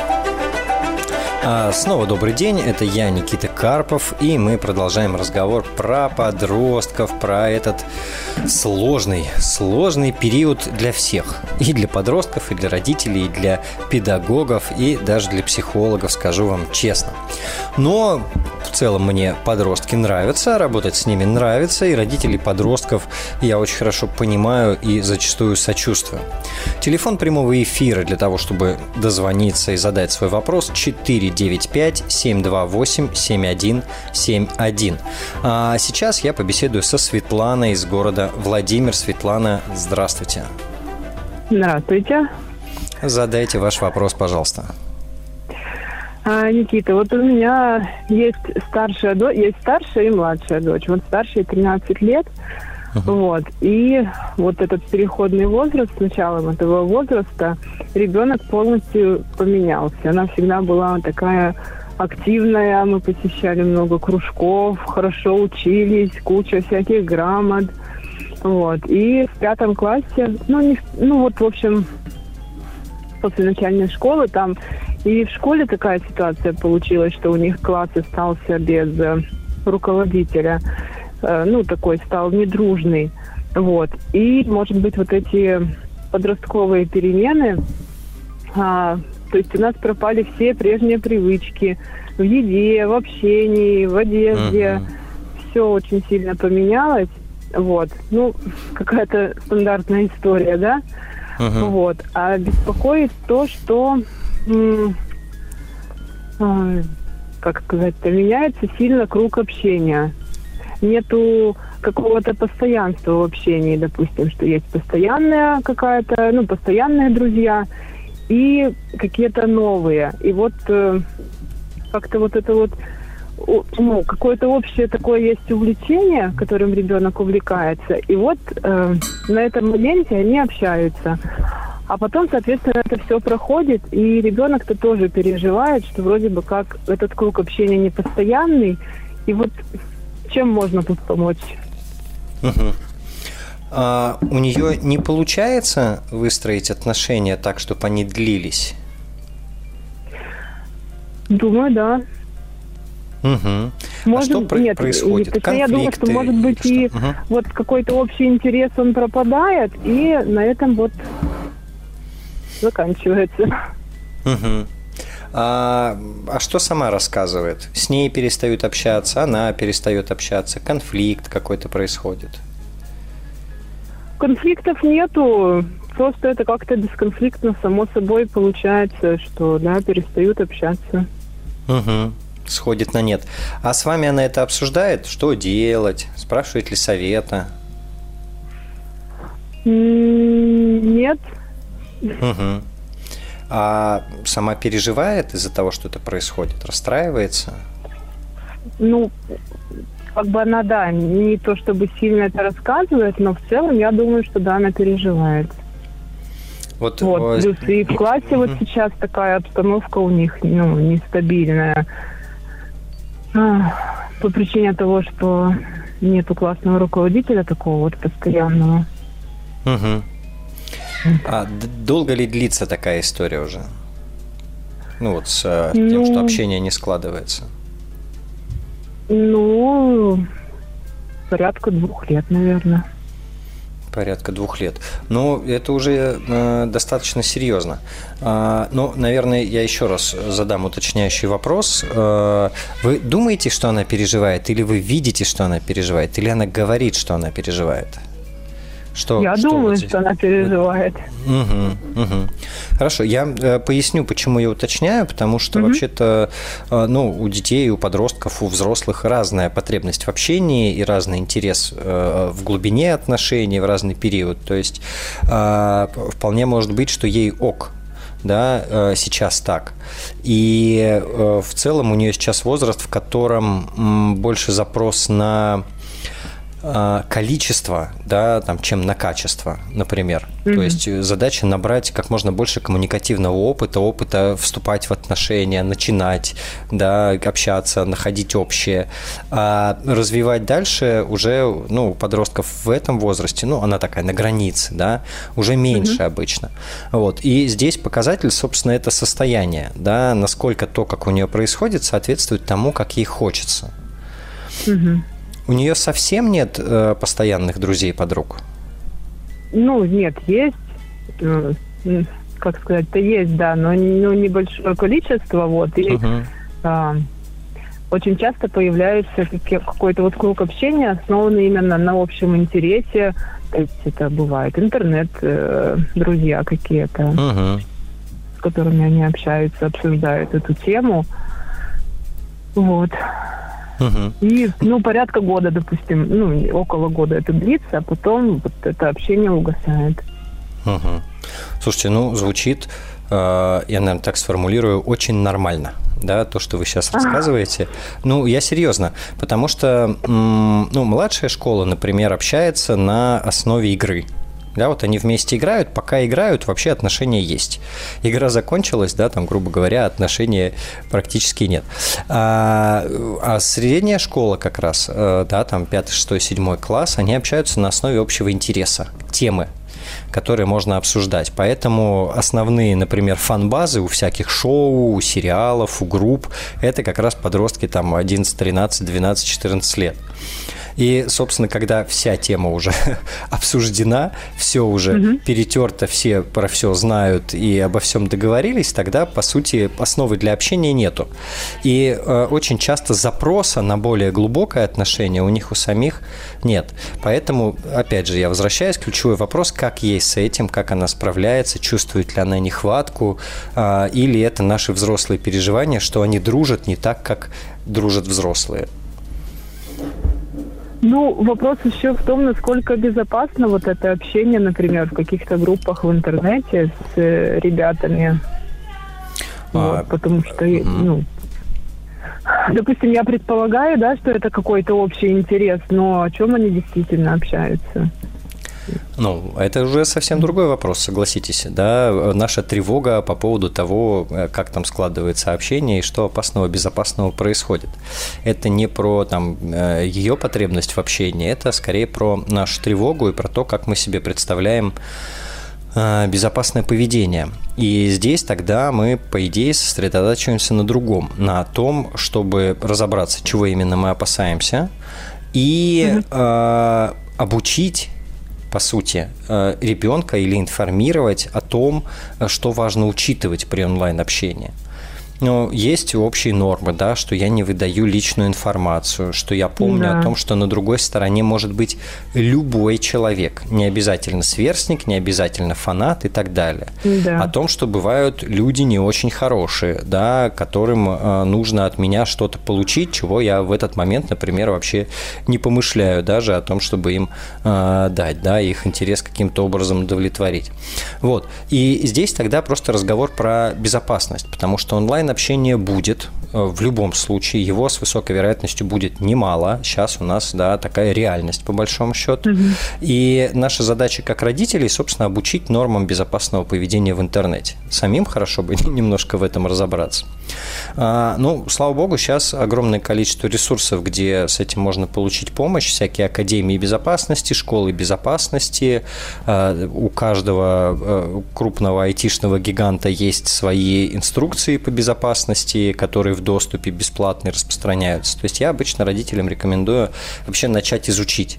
Снова добрый день, это я, Никита Карпов, и мы продолжаем разговор про подростков, про этот сложный, сложный период для всех. И для подростков, и для родителей, и для педагогов, и даже для психологов, скажу вам честно. Но в целом мне подростки нравятся, работать с ними нравится, и родителей подростков я очень хорошо понимаю и зачастую сочувствую. Телефон прямого эфира для того, чтобы дозвониться и задать свой вопрос, четыре девять пять семь два восемь семь один семь один. А сейчас я побеседую со Светланой из города Владимир. Светлана, здравствуйте. Здравствуйте. Задайте ваш вопрос, пожалуйста. А, Никита, вот у меня есть старшая дочь, есть старшая и младшая дочь. Вот старшей тринадцать лет. Uh-huh. Вот. И вот этот переходный возраст, с началом этого возраста, ребенок полностью поменялся. Она всегда была такая активная, мы посещали много кружков, хорошо учились, куча всяких грамот. Вот. И в пятом классе, ну, не, ну вот, в общем, после начальной школы там, и в школе такая ситуация получилась, что у них класс остался без руководителя. Ну, такой стал недружный. Вот. И, может быть, вот эти подростковые перемены, а, то есть у нас пропали все прежние привычки в еде, в общении, в одежде. Uh-huh. Все очень сильно поменялось. Вот. Ну, какая-то стандартная история, да? Uh-huh. Вот. А беспокоит то, что, м- а, как сказать-то, меняется сильно круг общения. Нету какого-то постоянства в общении, допустим, что есть постоянная какая-то, ну, постоянные друзья и какие-то новые. И вот э, как-то вот это вот, ну, какое-то общее такое есть увлечение, которым ребенок увлекается. И вот э, на этом моменте они общаются. А потом, соответственно, это все проходит, и ребенок-то тоже переживает, что вроде бы как этот круг общения непостоянный. И вот чем можно тут помочь? Угу. А у нее не получается выстроить отношения так, чтобы они длились? Думаю, да. Угу. Может, а что нет, происходит? Конфликты? Я думаю, что, может быть, и угу. вот какой-то общий интерес, он пропадает, и на этом вот заканчивается. Угу. А, а что сама рассказывает? С ней перестают общаться, она перестает общаться, конфликт какой-то происходит? Конфликтов нету, просто это как-то бесконфликтно само собой получается, что, да, перестают общаться. Угу. Сходит на нет. А с вами она это обсуждает? Что делать? Спрашивает ли совета? Нет. Угу. А сама переживает из-за того, что это происходит? Расстраивается? Ну, как бы она, да, не то чтобы сильно это рассказывает, но в целом я думаю, что да, она переживает. Вот, вот. Плюс и в классе uh-huh. вот сейчас такая обстановка у них, ну, нестабильная. А, по причине того, что нету классного руководителя такого вот постоянного. Угу. А долго ли длится такая история уже? Ну вот с тем, ну, что общение не складывается. Ну, порядка двух лет, наверное. Порядка двух лет. Ну, это уже э, достаточно серьезно. Э, ну, наверное, я еще раз задам уточняющий вопрос. Э, вы думаете, что она переживает, или вы видите, что она переживает, или она говорит, что она переживает? Что, я что думаю, вот здесь? Что она переживает. Угу, угу. Хорошо, я э, поясню, почему я уточняю, потому что угу. вообще-то э, ну, у детей, у подростков, у взрослых разная потребность в общении и разный интерес э, в глубине отношений в разный период. То есть э, вполне может быть, что ей ок да, сейчас так. И в целом у нее сейчас возраст, в котором больше запрос на количество, да, там, чем на качество, например. Mm-hmm. То есть задача набрать как можно больше коммуникативного опыта, опыта вступать в отношения, начинать, да, общаться, находить общее. А развивать дальше уже, ну, у подростков в этом возрасте, ну, она такая на границе, да, уже меньше mm-hmm. обычно. Вот. И здесь показатель, собственно, это состояние, да, насколько то, как у нее происходит, соответствует тому, как ей хочется. Mm-hmm. У нее совсем нет э, постоянных друзей, подруг? Ну, нет, есть. Э, как сказать-то есть, да, но ну, небольшое количество. Вот, и uh-huh. э, очень часто появляется какой-то вот круг общения, основанный именно на общем интересе. То есть это бывает интернет-друзья э, какие-то, uh-huh. с которыми они общаются, обсуждают эту тему. Вот. Угу. И, ну, порядка года, допустим, ну, около года это длится, а потом вот это общение угасает. Угу. Слушайте, ну, звучит, э, я, наверное, так сформулирую, очень нормально, да, то, что вы сейчас рассказываете. Ну, я серьезно, потому что, м- ну, младшая школа, например, общается на основе игры. Да, вот они вместе играют, пока играют, вообще отношения есть. Игра закончилась, да, там, грубо говоря, отношений практически нет. А, а средняя школа как раз, да, там пятый, шестой, седьмой класс, они общаются на основе общего интереса, темы, которые можно обсуждать. Поэтому основные, например, фан-базы у всяких шоу, у сериалов, у групп, это как раз подростки там одиннадцать, тринадцать, двенадцать, четырнадцать лет. И, собственно, когда вся тема уже обсуждена, все уже угу. перетерто, все про все знают и обо всем договорились, тогда, по сути, основы для общения нету. И э, очень часто запроса на более глубокое отношение у них у самих нет. Поэтому, опять же, я возвращаюсь, ключевой вопрос, как ей с этим, как она справляется, чувствует ли она нехватку, э, или это наши взрослые переживания, что они дружат не так, как дружат взрослые. Ну, вопрос еще в том, насколько безопасно вот это общение, например, в каких-то группах в интернете с э, ребятами. А, вот, потому что, угу. ну, допустим, я предполагаю, да, что это какой-то общий интерес, но о чем они действительно общаются? Ну, это уже совсем другой вопрос, согласитесь, да, наша тревога по поводу того, как там складывается общение и что опасного, безопасного происходит. Это не про там ее потребность в общении, это скорее про нашу тревогу и про то, как мы себе представляем безопасное поведение. И здесь тогда мы, по идее, сосредотачиваемся на другом, на том, чтобы разобраться, чего именно мы опасаемся, и mm-hmm. э, обучить, по сути, ребенка или информировать о том, что важно учитывать при онлайн-общении. Но есть общие нормы, да, что я не выдаю личную информацию, что я помню да. о том, что на другой стороне может быть любой человек, не обязательно сверстник, не обязательно фанат и так далее. Да. О том, что бывают люди не очень хорошие, да, которым э, нужно от меня что-то получить, чего я в этот момент, например, вообще не помышляю даже о том, чтобы им э, дать, да, их интерес каким-то образом удовлетворить. Вот. И здесь тогда просто разговор про безопасность, потому что онлайн общение будет, в любом случае, его с высокой вероятностью будет немало. Сейчас у нас, да, такая реальность, по большому счету. Угу. И наша задача как родителей, собственно, обучить нормам безопасного поведения в интернете. Самим хорошо бы немножко в этом разобраться. А, ну, слава богу, сейчас огромное количество ресурсов, где с этим можно получить помощь. Всякие академии безопасности, школы безопасности. А, у каждого а, крупного айтишного гиганта есть свои инструкции по безопасности, которые в доступе бесплатно распространяются. То есть я обычно родителям рекомендую вообще начать изучить,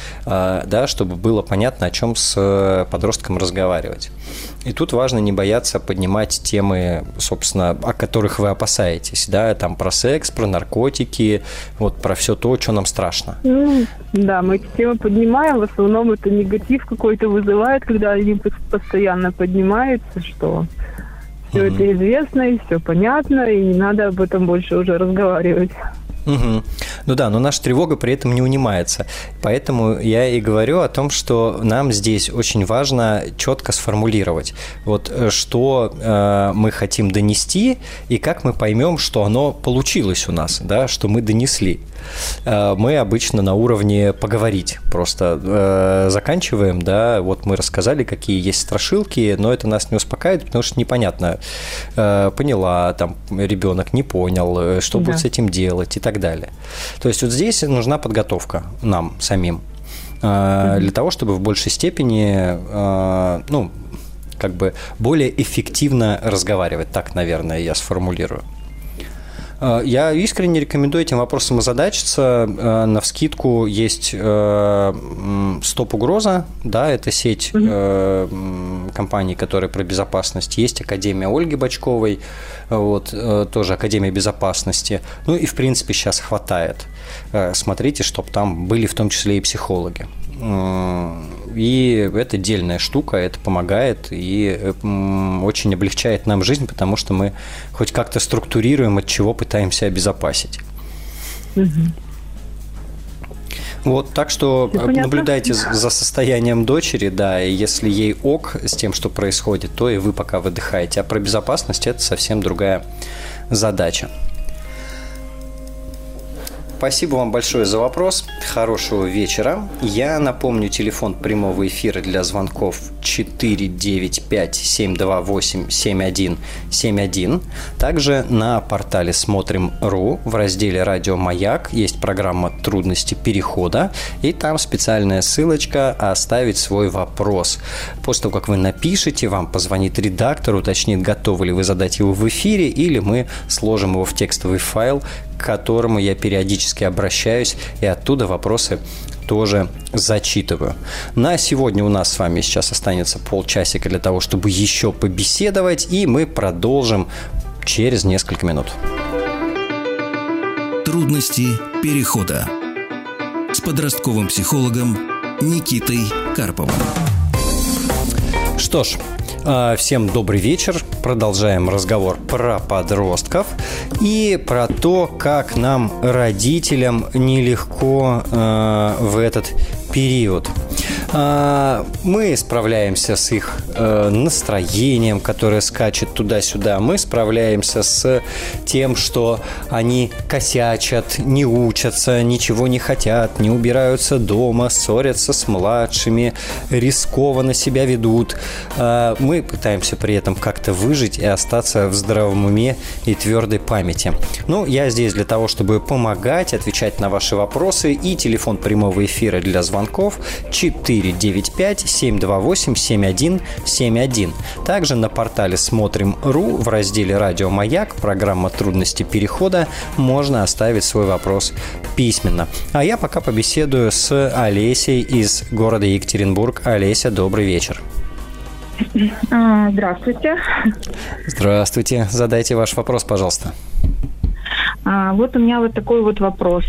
да, чтобы было понятно, о чем с подростком разговаривать. И тут важно не бояться поднимать темы, собственно, о которых вы опасаетесь, да, там про секс, про наркотики, вот про все то, что нам страшно. Ну, да, мы эти темы поднимаем, в основном это негатив какой-то вызывает, когда они постоянно поднимаются, что все mm-hmm. это известно, и все понятно, и не надо об этом больше уже разговаривать. Угу. Ну да, но наша тревога при этом не унимается. Поэтому я и говорю о том, что нам здесь очень важно четко сформулировать, вот что э, мы хотим донести и как мы поймем, что оно получилось у нас, да, что мы донесли. Э, мы обычно на уровне поговорить просто э, заканчиваем, да, вот мы рассказали, какие есть страшилки, но это нас не успокаивает, потому что непонятно, э, поняла, там, ребенок не понял, что да. будет с этим делать и так далее. То есть вот здесь нужна подготовка нам самим э, для того, чтобы в большей степени, э, ну, как бы более эффективно разговаривать. Так, наверное, я сформулирую. Я искренне рекомендую этим вопросом озадачиться. Навскидку есть Стоп-угроза, да, это сеть mm-hmm. компаний, которые про безопасность. Есть Академия Ольги Бочковой, вот, тоже Академия безопасности. Ну и, в принципе, сейчас хватает. Смотрите, чтобы там были в том числе и психологи. И это дельная штука, это помогает и очень облегчает нам жизнь, потому что мы хоть как-то структурируем, от чего пытаемся обезопасить. Угу. Вот, так что наблюдайте за состоянием дочери, да, и если ей ок с тем, что происходит, то и вы пока выдыхаете. А про безопасность это совсем другая задача. Спасибо вам большое за вопрос. Хорошего вечера. Я напомню, телефон прямого эфира для звонков четыре девять пять семь два восемь семь один семь один. Также на портале смотрим точка ру в разделе «Радио Маяк» есть программа «Трудности перехода», и там специальная ссылочка «Оставить свой вопрос». После того, как вы напишете, вам позвонит редактор, уточнит, готовы ли вы задать его в эфире, или мы сложим его в текстовый файл, к которому я периодически обращаюсь, и оттуда вопросы тоже зачитываю. На сегодня у нас с вами сейчас останется полчасика для того, чтобы еще побеседовать, и мы продолжим через несколько минут. Трудности перехода с подростковым психологом Никитой Карповым. Что ж, всем добрый вечер. Продолжаем разговор про подростков и про то, как нам, родителям, нелегко э, в этот период. Э, мы справляемся с их э, настроением, которое скачет туда-сюда. Мы справляемся с тем, что они косячат, не учатся, ничего не хотят, не убираются дома, ссорятся с младшими, рискованно себя ведут. Э, мы пытаемся при этом как-то выжить и остаться в здравом уме и твердой памяти. Ну, я здесь для того, чтобы помогать, отвечать на ваши вопросы, и телефон прямого эфира для звонков четыре девять пять семь два восемь семь один семь один. Также на портале смотрим точка ру в разделе «Радио Маяк» программа «Трудности перехода» можно оставить свой вопрос письменно. А я пока побеседую с Олесей из города Екатеринбург. Олеся, добрый вечер. Здравствуйте. Здравствуйте. Задайте ваш вопрос, пожалуйста. А, вот у меня вот такой вот вопрос.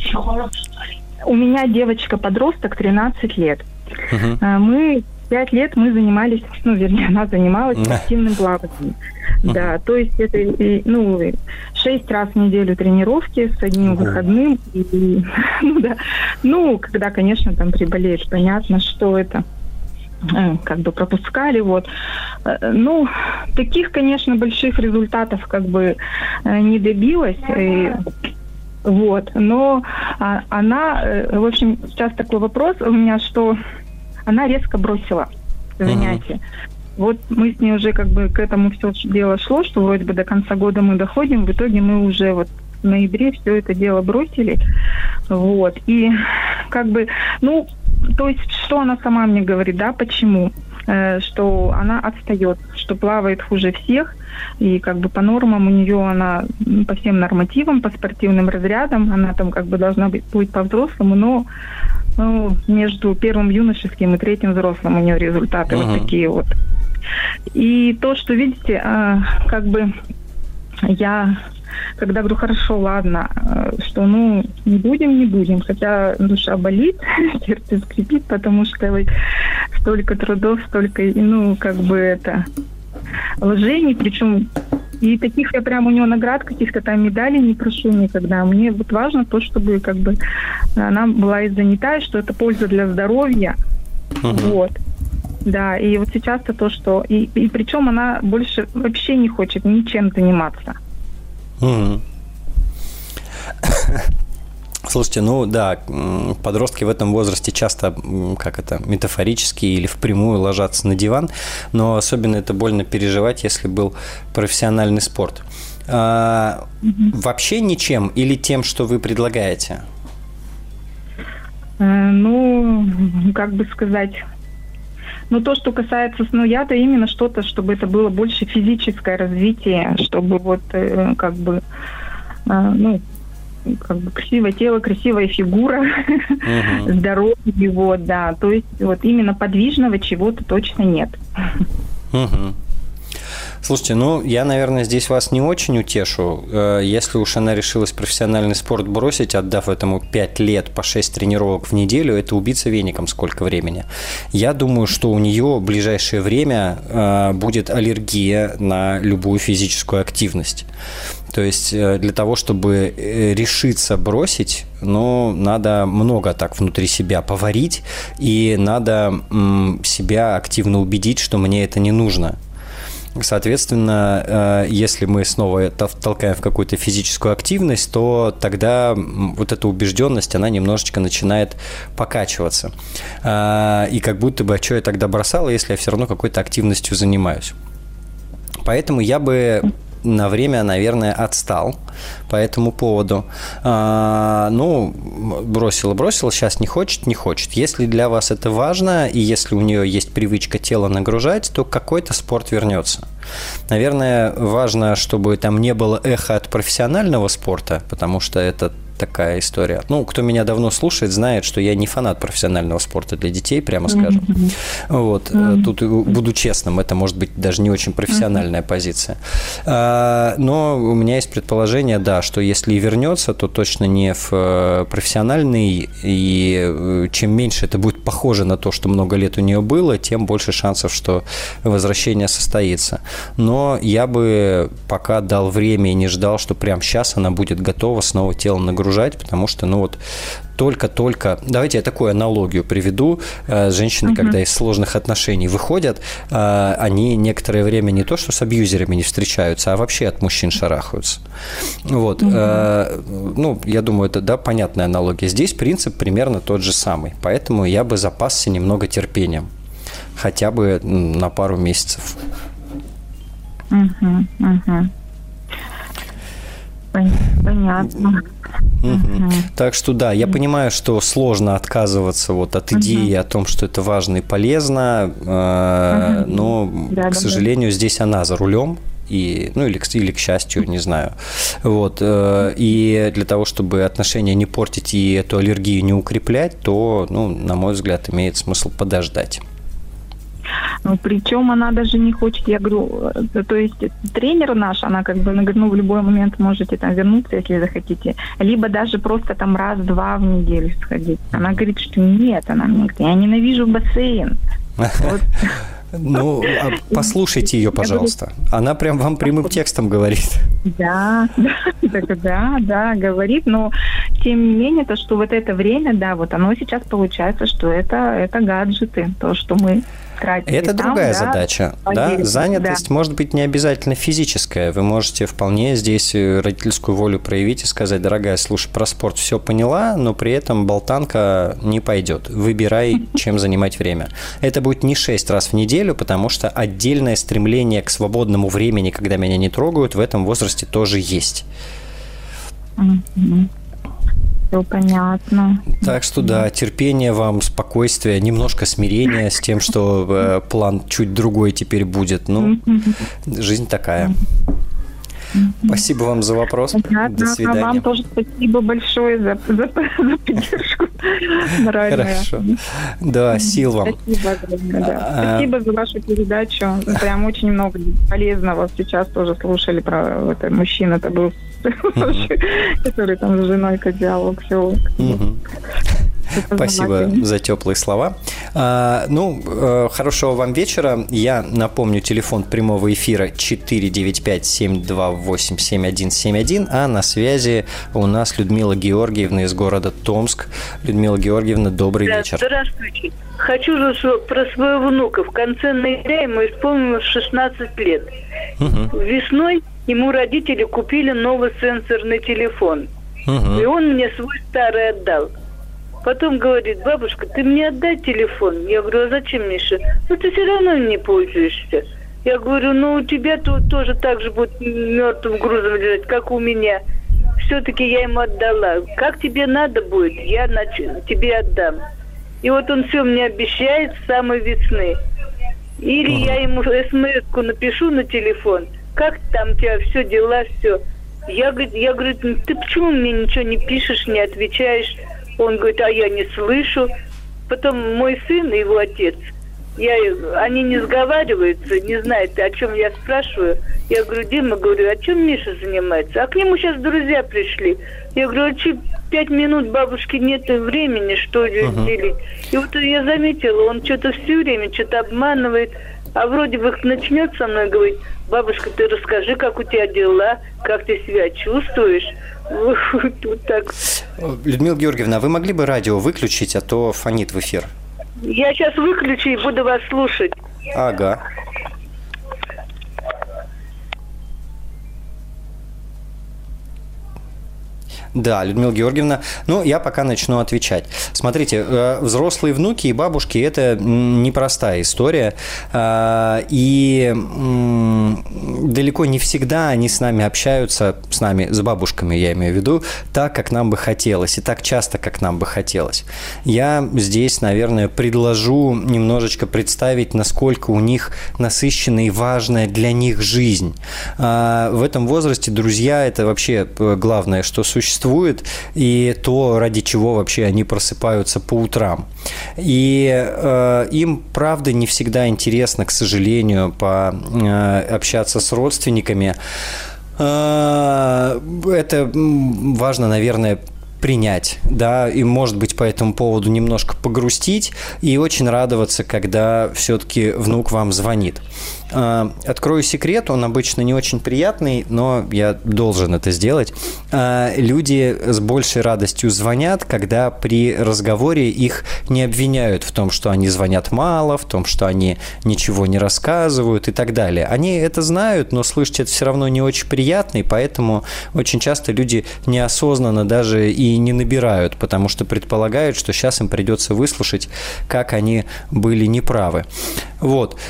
У меня девочка-подросток, тринадцать лет. Угу. А, мы пять лет мы занимались, ну, вернее, она занималась спортивным плаванием. Uh-huh. Да, то есть это, ну, шесть раз в неделю тренировки с одним uh-huh. выходным. И, ну, да, ну, когда, конечно, там приболеешь, понятно, что это. Как бы пропускали, вот. Ну, таких, конечно, больших результатов как бы не добилась, и, вот, но она, в общем, сейчас такой вопрос у меня, что она резко бросила занятия. Uh-huh. Вот мы с ней уже как бы к этому все дело шло, что вроде бы до конца года мы доходим, в итоге мы уже вот в ноябре все это дело бросили, вот, и как бы, ну, то есть, что она сама мне говорит, да, почему? Э, что она отстает, что плавает хуже всех, и как бы по нормам у нее она, по всем нормативам, по спортивным разрядам, она там как бы должна быть, быть по-взрослому, но ну, между первым юношеским и третьим взрослым у нее результаты uh-huh. вот такие вот. И то, что, видите, э, как бы я... Когда говорю, хорошо, ладно, что, ну, не будем, не будем, хотя душа болит, сердце скрипит, потому что столько трудов, столько, ну, как бы это, вложений, причем И таких я прям у него наград, каких-то там медалей не прошу никогда. Мне вот важно то, чтобы как бы она была и занята, и что это польза для здоровья. Uh-huh. Вот. Да, и вот сейчас-то то, что... И, и причем она больше вообще не хочет ничем заниматься. Uh-huh. Слушайте, ну да, подростки в этом возрасте часто, как это, метафорически или впрямую ложатся на диван, но особенно это больно переживать, если был профессиональный спорт. А, mm-hmm. Вообще ничем или тем, что вы предлагаете? Uh, ну, как бы сказать... Ну, то, что касается сну, я-то именно что-то, чтобы это было больше физическое развитие, чтобы вот э, как бы, э, ну, как бы красивое тело, красивая фигура, uh-huh. здоровье, вот, да. То есть вот именно подвижного чего-то точно нет. Uh-huh. Слушайте, ну, я, наверное, здесь вас не очень утешу. Если уж она решилась профессиональный спорт бросить, отдав этому пять лет по шесть тренировок в неделю, это убиться веником сколько времени. Я думаю, что у нее в ближайшее время будет аллергия на любую физическую активность. То есть для того, чтобы решиться бросить, ну, надо много так внутри себя поварить, и надо м, себя активно убедить, что мне это не нужно. Соответственно, если мы снова толкаем в какую-то физическую активность, то тогда вот эта убежденность, она немножечко начинает покачиваться. И как будто бы, а что я тогда бросала, если я все равно какой-то активностью занимаюсь. Поэтому я бы на время, наверное, отстал по этому поводу. А, ну, бросила, бросила, сейчас не хочет, не хочет. Если для вас это важно, и если у нее есть привычка тело нагружать, то какой-то спорт вернется. Наверное, важно, чтобы там не было эха от профессионального спорта, потому что это такая история. Ну, кто меня давно слушает, знает, что я не фанат профессионального спорта для детей, прямо скажем. Mm-hmm. Вот. Mm-hmm. Тут буду честным, это может быть даже не очень профессиональная mm-hmm. позиция. А, но у меня есть предположение, да, что если и вернется, то точно не в профессиональный, и чем меньше это будет похоже на то, что много лет у нее было, тем больше шансов, что возвращение состоится. Но я бы пока дал время и не ждал, что прямо сейчас она будет готова снова тело нагружать, потому что, ну вот, только-только... Давайте я такую аналогию приведу. Женщины, uh-huh. когда из сложных отношений выходят, они некоторое время не то, что с абьюзерами не встречаются, а вообще от мужчин шарахаются. Вот. Uh-huh. Ну, я думаю, это, да, понятная аналогия. Здесь принцип примерно тот же самый. Поэтому я бы запасся немного терпением. Хотя бы на пару месяцев. Uh-huh. Uh-huh. Понятно. Угу. Uh-huh. Так что да, я понимаю, что сложно отказываться вот от идеи uh-huh. о том, что это важно и полезно, э, uh-huh. но, да, к да, сожалению, да. здесь она за рулем. И, ну, или, или, к счастью, не знаю. Вот. И для того, чтобы отношения не портить и эту аллергию не укреплять, то, ну, на мой взгляд, имеет смысл подождать. Ну, причем она даже не хочет, я говорю, то есть тренер наш, она как бы, ну, в любой момент можете там вернуться, если захотите, либо даже просто там раз-два в неделю сходить. Она говорит, что нет, она мне говорит, я ненавижу бассейн. Ну, послушайте ее, пожалуйста. Она прям вам прямым текстом говорит. Да, да, да, да, говорит, но тем не менее, то, что вот это время, да, вот оно сейчас получается, что это, это гаджеты, то, что мы тратим. Это там, другая да, задача, да, занятость да. может быть не обязательно физическая, вы можете вполне здесь родительскую волю проявить и сказать, дорогая, слушай, про спорт все поняла, но при этом болтанка не пойдет, выбирай, чем занимать время. Это будет не шесть раз в неделю, потому что отдельное стремление к свободному времени, когда меня не трогают, в этом возрасте тоже есть. Mm-hmm. Все понятно. Так что да, терпение вам, спокойствие, немножко смирения с тем, что э, план чуть другой теперь будет. Ну, mm-hmm. жизнь такая. Mm-hmm. Спасибо вам за вопрос. Понятно. До свидания. А вам тоже спасибо большое за, за, за поддержку. Хорошо. Да, сил вам. Спасибо, да. а... спасибо за вашу передачу. Прям очень много полезного. Сейчас тоже слушали про это. Мужчина это был, mm-hmm. который там с женой диалог. Все. Mm-hmm. Спасибо за теплые слова. А, ну, хорошего вам вечера. Я напомню, телефон прямого эфира четыре девять пять семь два восемь семь один семь один, а на связи у нас Людмила Георгиевна из города Томск. Людмила Георгиевна, добрый да, вечер. Здравствуйте. Хочу же про своего внука. В конце ноября ему исполнилось шестнадцать лет. Угу. Весной ему родители купили новый сенсорный телефон. Угу. И он мне свой старый отдал. Потом говорит: бабушка, ты мне отдай телефон. Я говорю: а зачем, Миша? Ну ты все равно не пользуешься. Я говорю: ну у тебя тут тоже так же будет мертвым грузом лежать, как у меня. Все-таки я ему отдала. Как тебе надо будет, я нач- тебе отдам. И вот он все мне обещает с самой весны. Или угу. я ему смс-ку напишу на телефон. Как там у тебя все, дела, все. Я, я говорю: ты почему мне ничего не пишешь, не отвечаешь? Он говорит: а я не слышу. Потом мой сын и его отец, я, они не сговариваются, не знают, о чем я спрашиваю. Я говорю: Дима, говорю, о чем Миша занимается? А к нему сейчас друзья пришли. Я говорю: а че, пять минут бабушки нет времени, что ли, uh-huh. делить? И вот я заметила, он что-то все время что-то обманывает. А вроде бы начнет со мной говорить: бабушка, ты расскажи, как у тебя дела, как ты себя чувствуешь. Вот так. Людмила Георгиевна, вы могли бы радио выключить, а то фонит в эфир? Я сейчас выключу и буду вас слушать. Ага. Да, Людмила Георгиевна, ну, я пока начну отвечать. Смотрите, взрослые внуки и бабушки – это непростая история, и далеко не всегда они с нами общаются, с нами, с бабушками, я имею в виду, так, как нам бы хотелось, и так часто, как нам бы хотелось. Я здесь, наверное, предложу немножечко представить, насколько у них насыщенная и важная для них жизнь. В этом возрасте друзья – это вообще главное, что существует. И то, ради чего вообще они просыпаются по утрам. И э, им, правда, не всегда интересно, к сожалению, пообщаться с родственниками. Э, это важно, наверное, принять, да, и, может быть, по этому поводу немножко погрустить и очень радоваться, когда все-таки внук вам звонит. Открою секрет, он обычно не очень приятный, но я должен это сделать. Люди с большей радостью звонят, когда при разговоре их не обвиняют в том, что они звонят мало, в том, что они ничего не рассказывают и так далее. Они это знают, но слышать это все равно не очень приятно, и поэтому очень часто люди неосознанно даже и не набирают, потому что предполагают, что сейчас им придется выслушать, как они были неправы. Вот.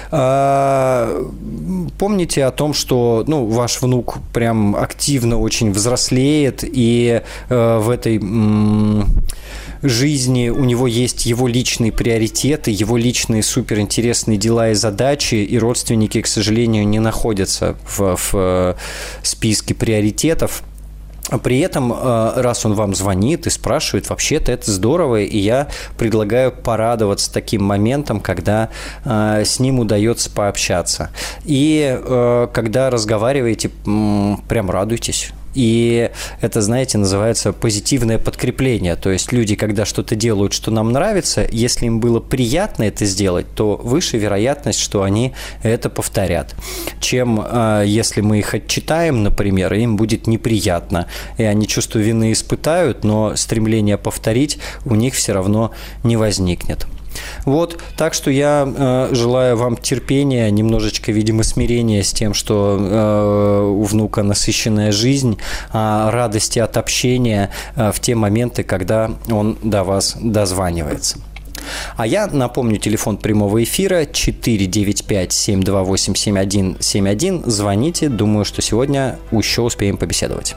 Помните о том, что, ну, ваш внук прям активно очень взрослеет, и э, в этой м- жизни у него есть его личные приоритеты, его личные суперинтересные дела и задачи, и родственники, к сожалению, не находятся в, в списке приоритетов. При этом, раз он вам звонит и спрашивает, вообще-то это здорово, и я предлагаю порадоваться таким моментом, когда с ним удается пообщаться. И когда разговариваете, прям радуйтесь. И это, знаете, называется позитивное подкрепление. То есть люди, когда что-то делают, что нам нравится, если им было приятно это сделать, то выше вероятность, что они это повторят, чем если мы их отчитаем, например, и им будет неприятно, и они чувство вины испытают, но стремление повторить у них все равно не возникнет. Вот, так что я э, желаю вам терпения, немножечко, видимо, смирения с тем, что э, у внука насыщенная жизнь, э, радости от общения э, в те моменты, когда он до вас дозванивается. А я напомню, телефон прямого эфира четыре девять пять семь два восемь семь один семь один. Звоните, думаю, что сегодня еще успеем побеседовать.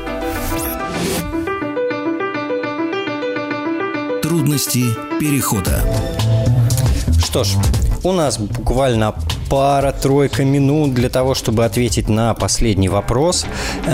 Трудности перехода. Что ж, у нас буквально пара-тройка минут для того, чтобы ответить на последний вопрос.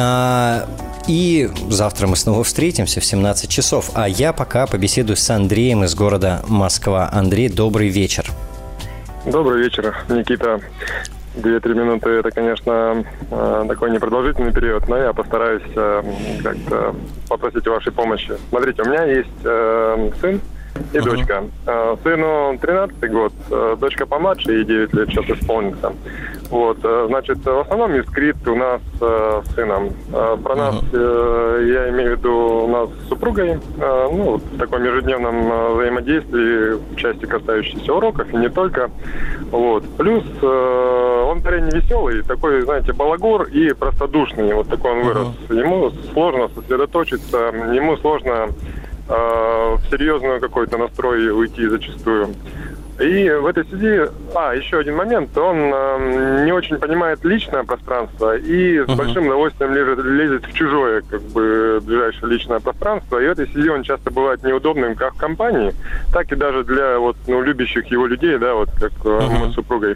И завтра мы снова встретимся в семнадцать часов. А я пока побеседую с Андреем из города Москва. Андрей, добрый вечер. Добрый вечер, Никита. Две-три минуты – это, конечно, такой непродолжительный период, но я постараюсь как-то попросить вашей помощи. Смотрите, у меня есть сын, и uh-huh. дочка. Сыну тринадцатый год, дочка помладше, ей девять лет сейчас исполнится. Вот, значит, в основном искрит у нас э, с сыном. Э, про uh-huh. нас, э, я имею в виду, у нас с супругой, э, ну, в таком ежедневном э, взаимодействии, в части касающейся уроков, и не только. Вот. Плюс э, он парень веселый, такой, знаете, балагур и простодушный, вот такой он вырос. Uh-huh. Ему сложно сосредоточиться, ему сложно э, в серьезную какой-то настрой уйти зачастую. И в этой связи, а, еще один момент, он э, не очень понимает личное пространство и с uh-huh. большим удовольствием лезет, лезет в чужое, как бы, ближайшее личное пространство. И в этой связи он часто бывает неудобным как в компании, так и даже для вот, ну, любящих его людей, да, вот как uh-huh. мы с супругой.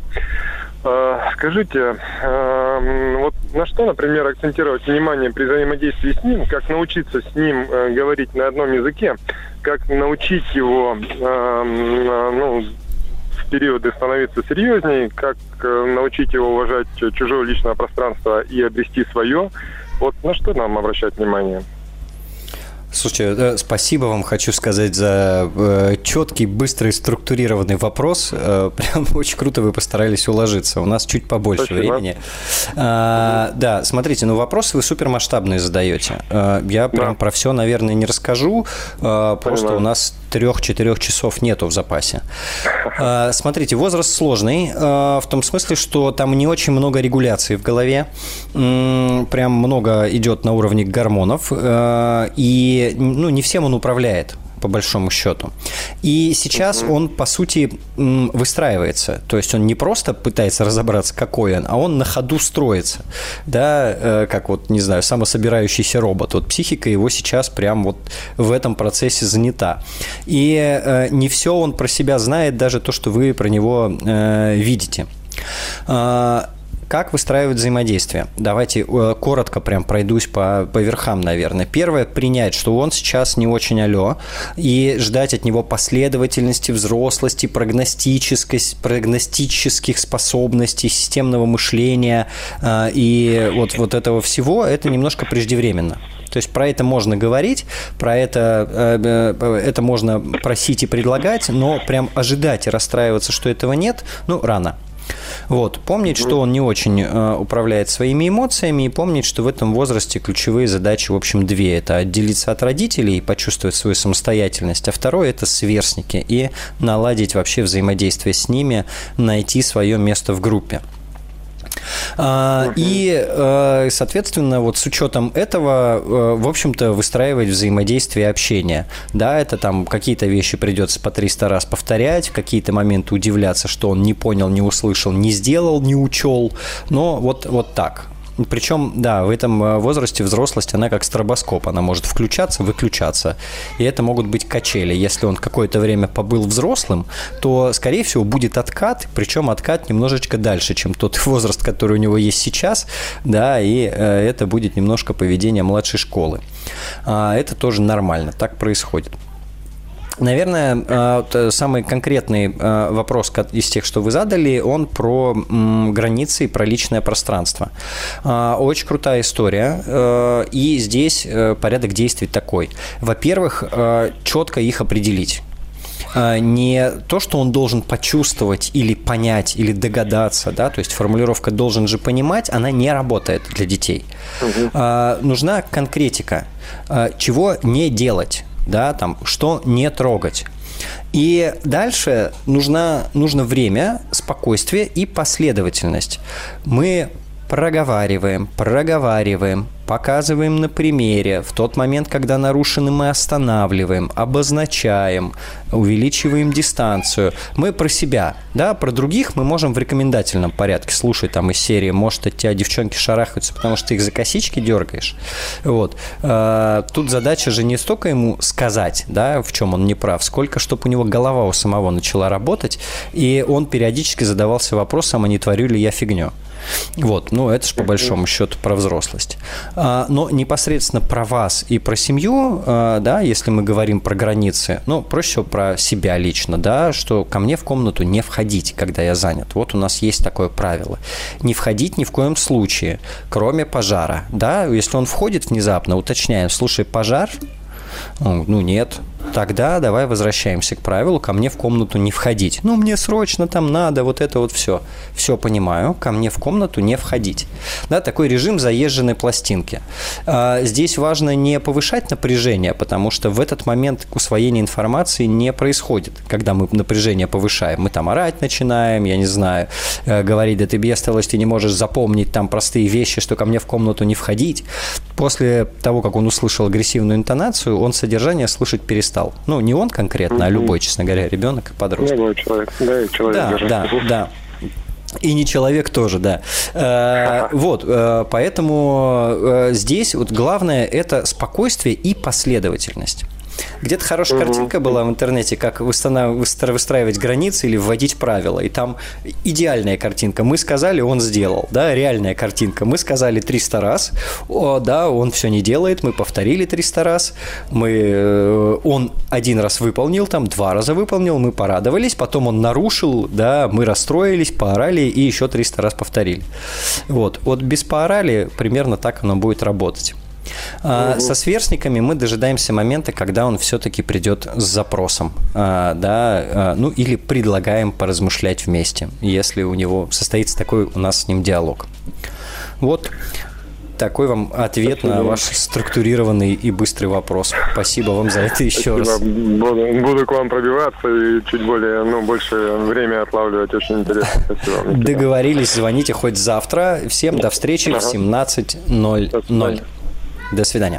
Э, скажите, э, вот на что, например, акцентировать внимание при взаимодействии с ним, как научиться с ним э, говорить на одном языке, как научить его, э, э, ну, в периоды становиться серьезнее, как э, научить его уважать чужое личное пространство и обрести свое. Вот на что нам обращать внимание? Слушайте, спасибо вам, хочу сказать, за э, четкий, быстрый, структурированный вопрос. Э, прям очень круто вы постарались уложиться. У нас чуть побольше спасибо. времени. А, угу. Да, смотрите, ну вопросы вы супермасштабные задаете. А, я прям да. про все, наверное, не расскажу. А, просто у нас трех-четырех часов нету в запасе. А, смотрите, возраст сложный, а, в том смысле, что там не очень много регуляции в голове. М-м, прям много идет на уровне гормонов. А, и ну, не всем он управляет, по большому счету. И сейчас он, по сути, выстраивается. То есть он не просто пытается разобраться, какой он, а он на ходу строится. Да, как вот, не знаю, самособирающийся робот. Вот психика его сейчас прям вот в этом процессе занята. И не все он про себя знает, даже то, что вы про него видите. Как выстраивать взаимодействие? Давайте коротко прям пройдусь по, по верхам, наверное. Первое – принять, что он сейчас не очень алё, и ждать от него последовательности, взрослости, прогностической, прогностических способностей, системного мышления э, и вот, вот этого всего – это немножко преждевременно. То есть про это можно говорить, про это, э, это можно просить и предлагать, но прям ожидать и расстраиваться, что этого нет, ну, рано. Вот. Помнить, что он не очень э, управляет своими эмоциями, и помнить, что в этом возрасте ключевые задачи, в общем, две. Это отделиться от родителей и почувствовать свою самостоятельность, а второе – это сверстники, и наладить вообще взаимодействие с ними, найти свое место в группе. И, соответственно, вот с учетом этого, в общем-то, выстраивать взаимодействие и общение. Да, это там какие-то вещи придется по триста раз повторять, в какие-то моменты удивляться, что он не понял, не услышал, не сделал, не учел, но вот, вот так. Причем, да, в этом возрасте взрослость, она как стробоскоп, она может включаться, выключаться, и это могут быть качели. Если он какое-то время побыл взрослым, то, скорее всего, будет откат, причем откат немножечко дальше, чем тот возраст, который у него есть сейчас, да, и э, это будет немножко поведение младшей школы. А, это тоже нормально, так происходит. Наверное, самый конкретный вопрос из тех, что вы задали, он про границы и про личное пространство. Очень крутая история, и здесь порядок действий такой. Во-первых, четко их определить. Не то, что он должен почувствовать или понять, или догадаться, да, то есть формулировка «должен же понимать», она не работает для детей. Угу. Нужна конкретика, чего не делать. Да, там, что не трогать. И дальше нужно, нужно время, спокойствие и последовательность. Мы проговариваем, проговариваем, показываем на примере. В тот момент, когда нарушены, мы останавливаем, обозначаем, увеличиваем дистанцию. Мы про себя, да, про других мы можем в рекомендательном порядке. Слушай, там из серии, может, от тебя девчонки шарахаются, потому что ты их за косички дергаешь. Вот. Тут задача же не столько ему сказать, да, в чем он не прав, сколько, чтобы у него голова у самого начала работать, и он периодически задавался вопросом, а не творю ли я фигню. Вот, ну это же по большому счету про взрослость. Но непосредственно про вас и про семью, да, если мы говорим про границы, ну, проще всего про себя лично, да, что ко мне в комнату не входить, когда я занят. Вот у нас есть такое правило. Не входить ни в коем случае, кроме пожара, да, если он входит внезапно, уточняем, слушай, пожар? Ну, нет. тогда давай возвращаемся к правилу «ко мне в комнату не входить». Ну, мне срочно там надо, вот это вот все. Все понимаю, ко мне в комнату не входить. Да, такой режим заезженной пластинки. Здесь важно не повышать напряжение, потому что в этот момент усвоение информации не происходит, когда мы напряжение повышаем. Мы там орать начинаем, я не знаю, говорить, да ты бестолочь, ты не можешь запомнить там простые вещи, что ко мне в комнату не входить. После того, как он услышал агрессивную интонацию, он содержание слушать перестал. Ну, не он конкретно, mm-hmm. а любой, честно говоря, ребенок и подросток. Любой человек, да, и человек да, даже. Да, да. И не человек тоже, да. Э, вот, э, поэтому э, здесь вот главное – это спокойствие и последовательность. Где-то хорошая угу. картинка была в интернете, как выстраивать границы или вводить правила. И там идеальная картинка. Мы сказали, он сделал. Да, реальная картинка. Мы сказали триста раз. О, да, он все не делает. Мы повторили триста раз. Мы, он один раз выполнил, там два раза выполнил. Мы порадовались. Потом он нарушил. Да, мы расстроились, поорали и еще триста раз повторили. Вот, вот без поорали примерно так оно будет работать. Uh-huh. Со сверстниками мы дожидаемся момента, когда он все-таки придет с запросом, а, да, а, ну или предлагаем поразмышлять вместе, если у него состоится такой у нас с ним диалог. Вот такой вам ответ Спасибо. На ваш структурированный и быстрый вопрос. Спасибо вам за это еще Спасибо. раз. Буду, буду к вам пробиваться и чуть более, ну, больше время отлавливать. Очень интересно. Спасибо вам. Договорились, звоните хоть завтра. Всем до встречи ага. в семнадцать ноль ноль. До свидания.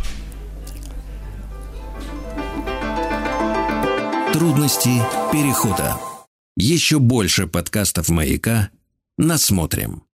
Трудности перехода. Еще больше подкастов «Маяка» насмотрим.